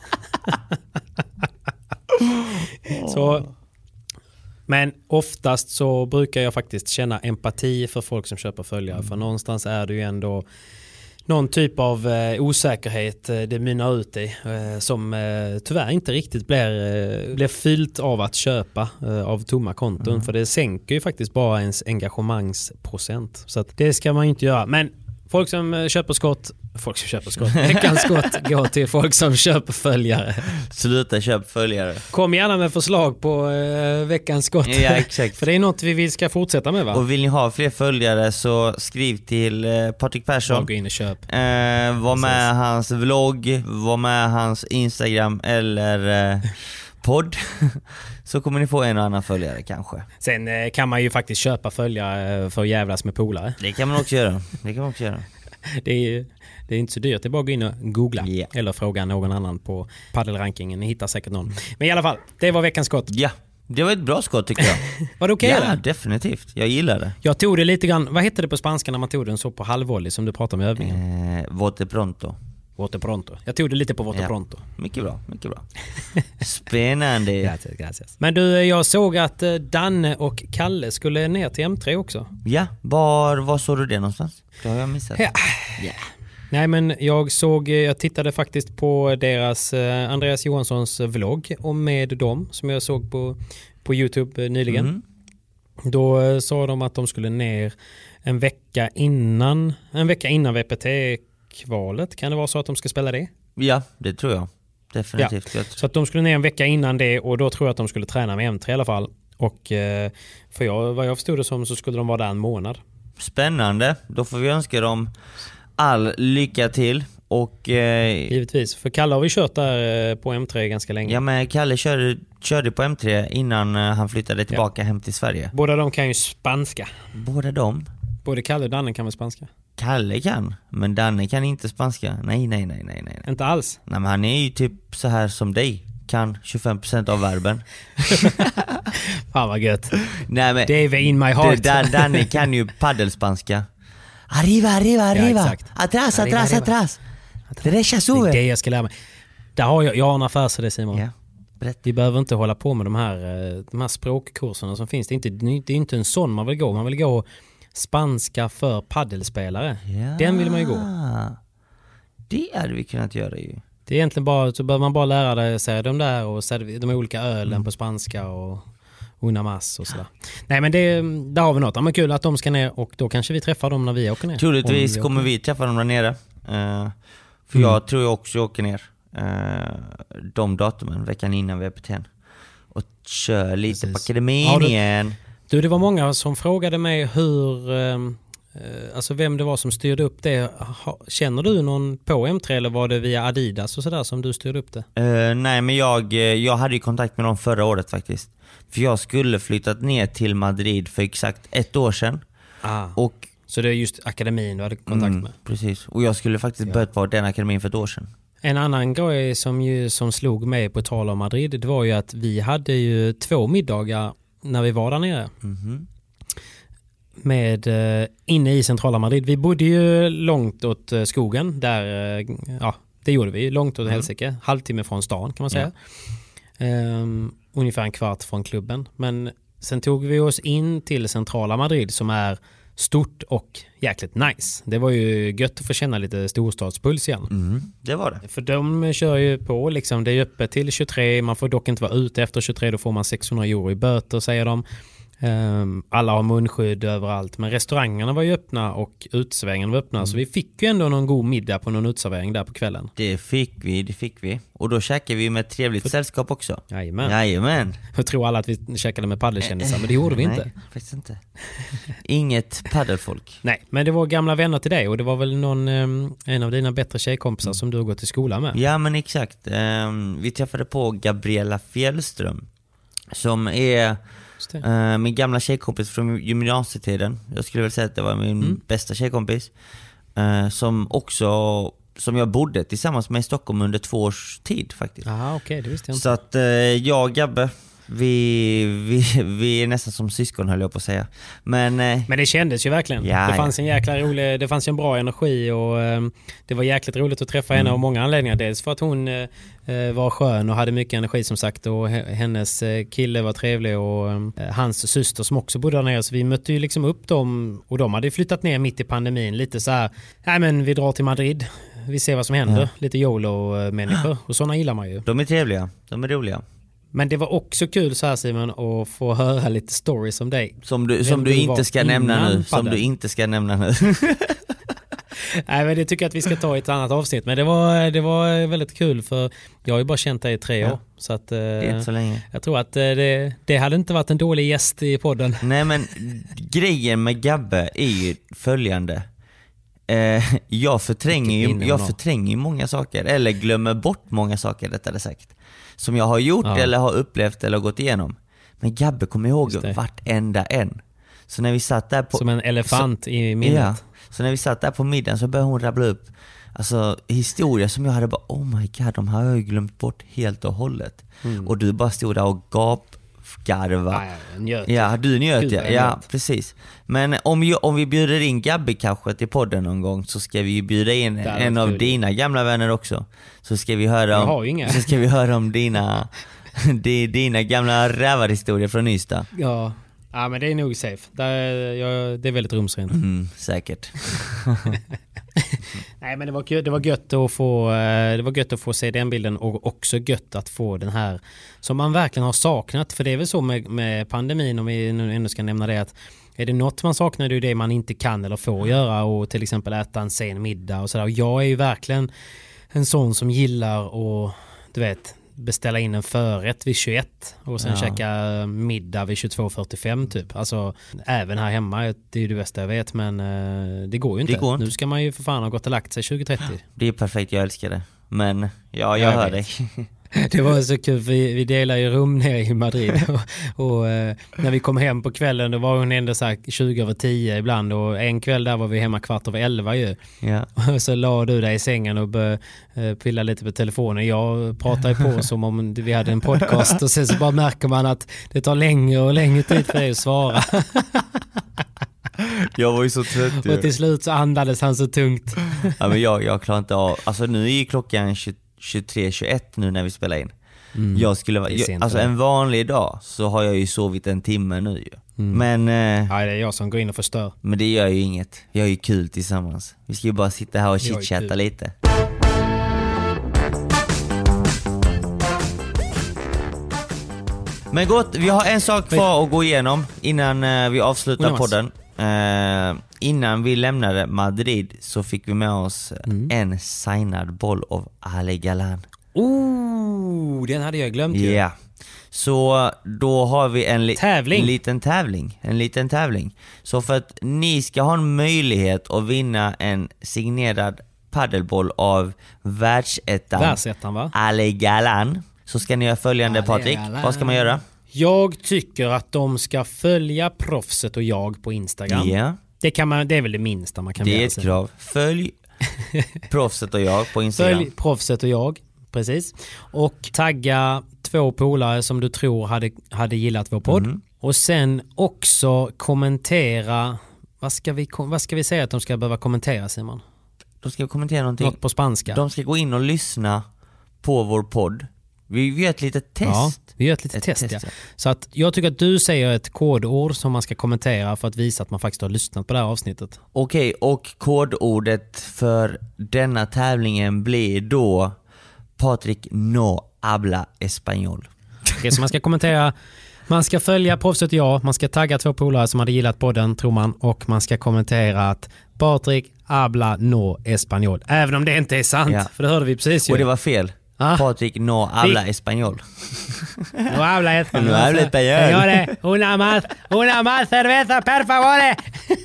Så, men oftast så brukar jag faktiskt känna empati för folk som köper följare. Mm. För någonstans är det ju ändå någon typ av eh, osäkerhet eh, det mynnar ut i eh, som eh, tyvärr inte riktigt blir, eh, blir fyllt av att köpa eh, av tomma konton. Mm. För det sänker ju faktiskt bara ens engagemangsprocent. Så att det ska man ju inte göra. Men folk som eh, köper skott, folk som köper skott, veckans skott går till folk som köper följare. Sluta köpa följare. Kom gärna med förslag på eh, veckans skott. Ja, exakt. För det är något vi vill ska fortsätta med, va? Och vill ni ha fler följare så skriv till eh, Patrik Persson. Gå in och köp. Eh, var med Precis. hans vlogg, var med hans Instagram eller eh, podd. Så kommer ni få en och annan följare kanske. Sen eh, kan man ju faktiskt köpa följare för att jävlas med polare. Det kan man också göra. Det kan man också göra. Det är, det är inte så dyrt, det är bara att gå in och googla yeah. eller fråga någon annan på paddelrankingen. Ni hittar säkert någon. Men i alla fall, det var veckans skott. Ja, det var ett bra skott tycker jag. Var det okej? Okay, ja, eller? Definitivt. Jag gillar det. Jag tog det lite grann, vad hette det på spanska när man tog den så på halvvolley som du pratade med övningen? Eh, vote pronto. Vote pronto. Jag tog det lite på vote ja. pronto. Mycket bra, mycket bra. Spännande. Gracias, gracias. Men du, jag såg att Danne och Kalle skulle ner till M tre också. Ja, var, var såg du det någonstans? Det har jag missat. Ja. Yeah. Nej, men jag såg, jag tittade faktiskt på deras eh, Andreas Johanssons vlogg och med dem som jag såg på, på YouTube nyligen. Mm. Då eh, sa de att de skulle ner en vecka innan en vecka innan V P T-kvalet. Kan det vara så att de ska spela det? Ja, det tror jag. Definitivt. Ja. Så att de skulle ner en vecka innan det och då tror jag att de skulle träna med M tre i alla fall. Och eh, för jag, vad jag förstod det som så skulle de vara där en månad. Spännande. Då får vi önska dem all lycka till. Och, eh, givetvis, för Kalle har vi kört där på M tre ganska länge. Ja, men Kalle körde, körde på M tre innan han flyttade tillbaka ja. hem till Sverige. Båda de kan ju spanska. Båda de? Både Kalle och Danne kan väl spanska? Kalle kan, men Danne kan inte spanska. Nej, nej, nej, nej, nej. Inte alls? Nej, men han är ju typ så här som dig. Kan tjugofem procent av verben. Fan vad gött. Nej, men Dave in my heart. Det, Danne kan ju paddelspanska. Arriba, arriba, arriba. Ja, atrás, arriba, atrás, arriba. atrás. Derecha sube. Det är det jag ska lära mig. Där har jag, jag har en affärsidé, Simon. Ja. Vi behöver inte hålla på med de här, de här språkkurserna som finns. Det är, inte, det är inte en sån man vill gå. Man vill gå spanska för paddelspelare. Ja. Den vill man ju gå. Det hade vi kunnat göra ju. Det är egentligen bara, så behöver man bara lära dig säga de där och säga de olika ölen mm. på spanska och Una Mas och sådär. Nej men det, där har vi något. Ja, men kul att de ska ner och då kanske vi träffar dem när vi åker ner. Troligtvis vi kommer vi träffa dem där nere. Uh, för mm. jag tror jag också åker ner uh, de datumen veckan innan vi är på ten. Och kör lite Precis. På akademin ja, du, igen. Du, det var många som frågade mig hur... Um, Alltså vem det var som styrde upp det. Känner du någon på M tre eller var det via Adidas och sådär som du styrde upp det? Uh, nej men jag, jag hade ju kontakt med dem förra året faktiskt. För jag skulle flyttat ner till Madrid för exakt ett år sedan. Ah, och, så det är just akademin du hade kontakt mm, med? Precis, och jag skulle faktiskt ja. börjat på den akademin för ett år sedan. En annan grej som, ju, som slog mig på tal om Madrid, det var ju att vi hade ju två middagar när vi var där nere. Mm-hmm. Med uh, inne i centrala Madrid. Vi bodde ju långt åt uh, skogen där, uh, ja det gjorde vi, långt åt mm. Helsike, halvtimme från stan kan man säga. Ja. Um, ungefär en kvart från klubben. Men sen tog vi oss in till centrala Madrid som är stort och jäkligt nice. Det var ju gött att få känna lite storstadspuls igen. Mm, det var det. För de kör ju på liksom, det är öppet till tjugotre, man får dock inte vara ute efter tjugotre, då får man sexhundra euro i böter säger de. Um, alla har munskydd överallt, men restaurangerna var ju öppna och utsvängen var öppna, mm. så vi fick ju ändå någon god middag på någon utservering där på kvällen. Det fick vi, det fick vi. Och då käkade vi med ett trevligt För... sällskap också. Jajamän. Jajamän. Jag tror alla att vi käkade med paddelkändisar, men det gjorde vi Nej, inte. faktiskt inte. Inget paddelfolk. Nej, men det var gamla vänner till dig och det var väl någon, um, en av dina bättre tjejkompisar mm. som du har gått i skolan med. Ja, men exakt. Um, vi träffade på Gabriella Fjällström som är... Uh, min gamla tjejkompis från gymnasietiden. Jag skulle väl säga att det var min mm. bästa tjejkompis. Uh, som också som jag bodde tillsammans med i Stockholm under två års tid faktiskt. Aha, okay, det visste jag inte. Så att uh, jag och Gabbe vi, vi, vi är nästan som syskon höll jag på att säga. Men, uh, Men det kändes ju verkligen. Ja, det fanns en jäkla rolig, det fanns en bra energi och um, det var jäkligt roligt att träffa henne mm. av många anledningar. Dels för att hon uh, var skön och hade mycket energi som sagt och hennes kille var trevlig och uh, hans syster som också bodde där nere, så vi mötte ju liksom upp dem och de hade flyttat ner mitt i pandemin lite så här, nej men vi drar till Madrid, vi ser vad som händer, ja. Lite YOLO-människor och sådana gillar man ju. De är trevliga, de är roliga. Men det var också kul så här Simon att få höra lite stories om dig. Som du, som du, du inte ska nämna nu, som du inte ska nämna nu. Nej, men det tycker jag att vi ska ta i ett annat avsnitt. Men det var, det var väldigt kul för jag har ju bara känt dig i tre ja. år. Så att, det är inte så länge. Jag tror att det, det hade inte varit en dålig gäst i podden. Nej, men grejen med Gabbe är ju följande. Eh, jag förtränger ju, jag förtränger ju många saker. Eller glömmer bort många saker, rättare sagt. Som jag har gjort ja. eller har upplevt eller gått igenom. Men Gabbe kommer ihåg vartenda en. Så när vi satt där på... Som en elefant så, i minnet. Ja. Så när vi satt där på middagen så började hon rabbla upp alltså, historia som jag hade bara, oh my god, de här har jag ju glömt bort helt och hållet. Mm. Och du bara stod där och gapgarva. Ja, njöt. Ja, du njöt, ja. Ja, precis. Men om, jag, om vi bjuder in Gabbe kanske till podden någon gång så ska vi ju bjuda in en av dina gamla vänner också. Så ska vi höra om, så ska vi höra om dina, dina gamla rävarhistorier från Ystad. Ja. Ja, men det är nog safe. Det är, ja, det är väldigt rumsrent. Mm, säkert. Nej, men det var, det var gött att få det var gött att få se den bilden och också gött att få den här som man verkligen har saknat. För det är väl så med, med pandemin, om vi nu ändå ska nämna det, att är det något man saknar, det är det man inte kan eller får göra, och till exempel äta en sen middag och sådär. Och jag är ju verkligen en sån som gillar att, du vet, beställa in en förrätt vid tjugoett och sen ja. käka middag vid tjugotvå fyrtiofem typ. Alltså även här hemma, det är ju det bästa jag vet, men uh, det går ju inte. Det går inte. Nu ska man ju för fan ha gått och lagt sig tjugo trettio. Det är perfekt, jag älskar det. Men ja, jag, jag hör dig. Det var så kul, vi, vi delade ju rum nere i Madrid och, och eh, när vi kom hem på kvällen då var hon ändå så här tjugo över tio ibland, och en kväll där var vi hemma kvart över elva ju. Ja. Och så la du dig i sängen och började eh, pilla lite på telefonen. Jag pratade på som om vi hade en podcast, och sen så bara märker man att det tar längre och längre tid för dig att svara. Jag var ju så trött ju. Och till slut så andades han så tungt. Ja, men jag, jag klarar inte av, alltså nu är ju klockan tjugotre tjugoett nu när vi spelar in. Mm. Jag skulle vara, jag, alltså en vanlig dag så har jag ju sovit en timme nu ju. Mm. Men eh, ja, det är jag som går in och förstör. Men det gör ju inget. Vi har ju kul tillsammans. Vi ska ju bara sitta här och chitchatta lite. Men gott, vi har en sak kvar att gå igenom innan uh, vi avslutar Unamas. podden. Uh, innan vi lämnade Madrid så fick vi med oss mm. en signad boll av Ale Galan. Oh, den hade jag glömt ju. Ja. Yeah. Så då har vi en li- tävling. liten tävling. En liten tävling. Så för att ni ska ha en möjlighet att vinna en signerad paddelboll av världsettan, Världsettan va? Ale Galan, så ska ni göra följande, Ale Patrik. Galan. Vad ska man göra? Jag tycker att de ska följa Proffset och jag på Instagram. Ja. Det, kan man, det är väl det minsta man kan Det göra. är ett krav. Följ Proffset och jag på Instagram. Följ Proffset och jag, precis. Och tagga två polare som du tror hade, hade gillat vår podd. Mm. Och sen också kommentera. Vad ska, vi, vad ska vi säga att de ska behöva kommentera, Simon? De ska kommentera någonting. Något på spanska. De ska gå in och lyssna på vår podd. Vi gör ett litet test. Ja, vi gör ett litet ett test, test ja. Så att jag tycker att du säger ett kodord som man ska kommentera för att visa att man faktiskt har lyssnat på det här avsnittet. Okej, och kodordet för denna tävlingen blir då Patrik no habla español. Okej, så man ska kommentera, man ska följa Proffset och jag, man ska tagga två polare som hade gillat podden, tror man, och man ska kommentera att Patrik habla no español. Även om det inte är sant, ja. För det hörde vi precis ju. Och det var fel. Ah. Patrik no habla vi... español. No habla español. No habla español. Señores, una más, una más cerveza, per favor.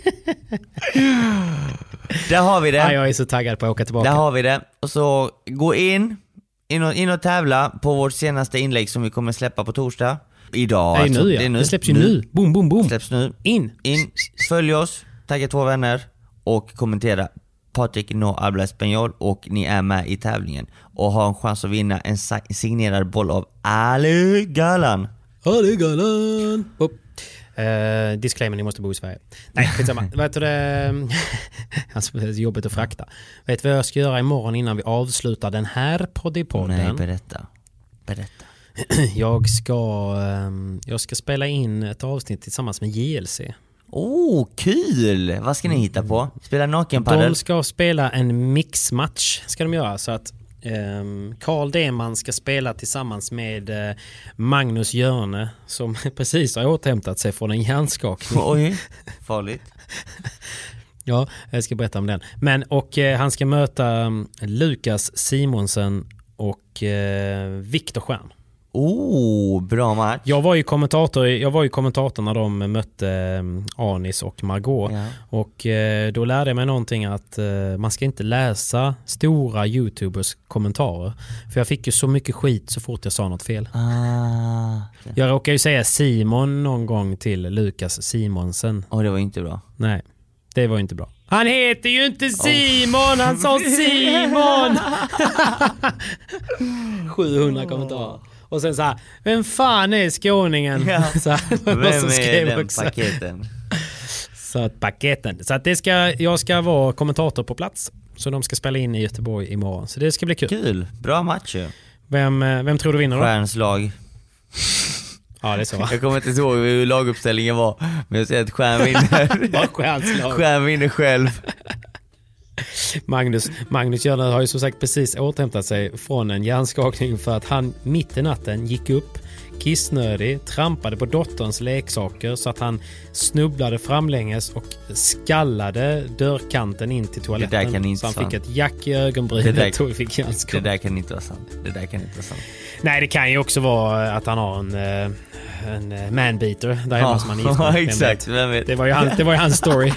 Där har vi det. Ja, jag är så taggad på att åka tillbaka. Där har vi det. Och så gå in, in och, in och tävla på vårt senaste inlägg som vi kommer släppa på torsdag. Idag. Nej, alltså. nu, ja. Det, är nu. Det släpps ju nu. nu. Boom, boom, boom. Släpps nu. In. In. Följ oss, tagga två vänner och kommentera Patrik no habla español och ni är med i tävlingen och har en chans att vinna en signerad boll av Ale Galan. Ale Galan. Oh. Uh, disclaimer, ni måste bo i Sverige. Nej, skitsamma. Vet du det? Alltså, det är jobbigt att frakta. Vet du vad jag ska göra imorgon innan vi avslutar den här poddipodden? Nej, berätta. Berätta. Jag ska, um, jag ska spela in ett avsnitt tillsammans med J L C. Oh, kul! Vad ska ni hitta på? Spela nakenpaddel? De ska spela en mixmatch, ska de göra. Så att um, Carl Deman ska spela tillsammans med uh, Magnus Jörne, som precis har återhämtat sig från en hjärnskakning. Oj, farligt. Ja, jag ska berätta om den. Men, och uh, han ska möta um, Lukas Simonsen och uh, Viktor Stjärn. Oh, bra match. Jag var ju kommentator, jag var ju kommentator när de mötte um, Anis och Margot. Ja. Och uh, då lärde jag mig någonting att uh, man ska inte läsa stora YouTubers kommentarer. För jag fick ju så mycket skit så fort jag sa något fel. Ah. Jag råkade ju säga Simon någon gång till Lukas Simonsen. Och det var inte bra. Nej, det var inte bra. Han heter ju inte Simon, oh. Han sa Simon. sjuhundra kommentarer. Och sen så här, vem fan är skåningen? Ja. Så här, vem är den också. paketen? Så att paketen. Så att det ska, jag ska vara kommentator på plats. Så de ska spela in i Göteborg imorgon. Så det ska bli kul. Kul, bra match ju. Vem, vem tror du vinner då? Stjärns lag. Ja, det är så. Jag kommer inte ihåg hur laguppställningen var. Men jag säger att Stjärn vinner. Vad Stjärns lag? Stjärn vinner själv. Magnus, Magnus Jörne har ju som sagt precis återhämtat sig från en hjärnskakning för att han mitt i natten gick upp kissnödig, trampade på dotterns leksaker så att han snubblade framlänges och skallade dörrkanten in till toaletten. Det där kan inte så han sant. fick ett jack i ögonbrynet och fick hjärnskakning. Det där kan inte vara sant. Det där kan inte vara sant. Nej, det kan ju också vara att han har en, en manbeater där hemma ja, som han är gift med. Ja, exakt. Vem vet? Det var ju hans, det var ju hans story.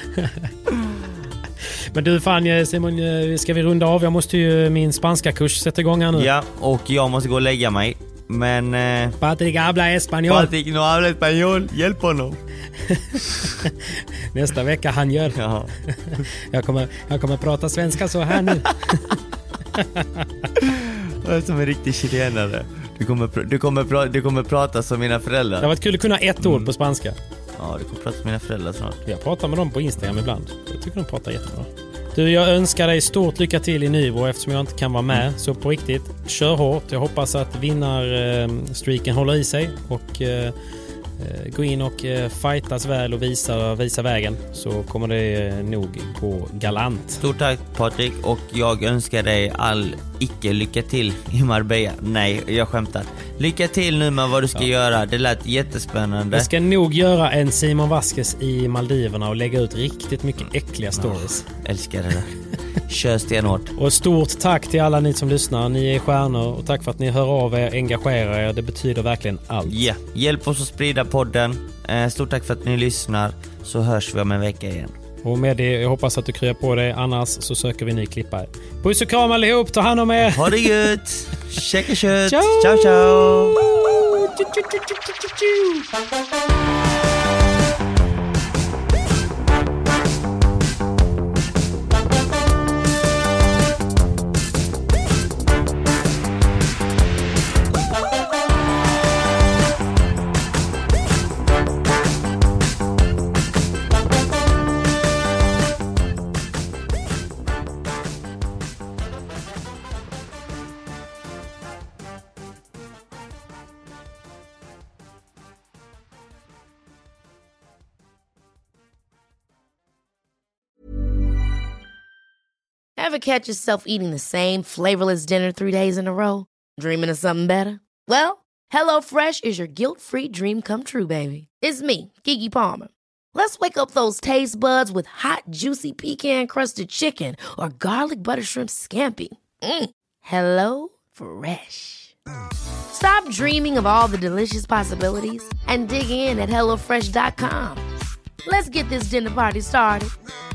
Men du fan Simon, ska vi runda av? Jag måste ju min spanska kurs sätta igång här nu. Ja, och jag måste gå och lägga mig. Men... Eh, Patrik habla español. Patrik no habla español. Hjälp honom. Nästa vecka han gör. Ja. jag, kommer, jag kommer prata svenska så här nu. Jag är som en riktig chilenare. Du kommer, du, kommer, du kommer prata som mina föräldrar. Det har varit kul att kunna ett ord på spanska. Ja, du kommer prata med mina föräldrar snart. Jag pratar med dem på Instagram ibland. Jag tycker de pratar jättebra. Du, jag önskar dig stort lycka till i Nybro eftersom jag inte kan vara med. Så på riktigt, kör hårt. Jag hoppas att vinnarstreaken håller i sig. Och eh, gå in och eh, fightas väl och visa, visa vägen, så kommer det eh, nog gå galant. Stort tack Patrik, och jag önskar dig all icke lycka till i Marbella. Nej, jag skämtar. Lycka till nu med vad du ska ja. göra. Det lät jättespännande. Jag ska nog göra en Simon Vasquez i Maldiverna och lägga ut riktigt mycket äckliga stories. Oh, älskar det där. Kör stenhårt. Och stort tack till alla ni som lyssnar. Ni är stjärnor, och tack för att ni hör av er, engagerar er. Det betyder verkligen allt. Ja, yeah. Hjälp oss att sprida podden. Stort tack för att ni lyssnar. Så hörs vi om en vecka igen. Och med det, jag hoppas att du kryar på dig. Annars så söker vi ny klippare. Puss och kram allihop, ta hand om er. Ha det gött. Käka kött. Ciao, ciao, ciao. Ever catch yourself eating the same flavorless dinner three days in a row? Dreaming of something better? Well, HelloFresh is your guilt-free dream come true, baby. It's me, Keke Palmer. Let's wake up those taste buds with hot, juicy pecan-crusted chicken or garlic butter shrimp scampi. Mm. Hello Fresh. Stop dreaming of all the delicious possibilities and dig in at hello fresh dot com. Let's get this dinner party started.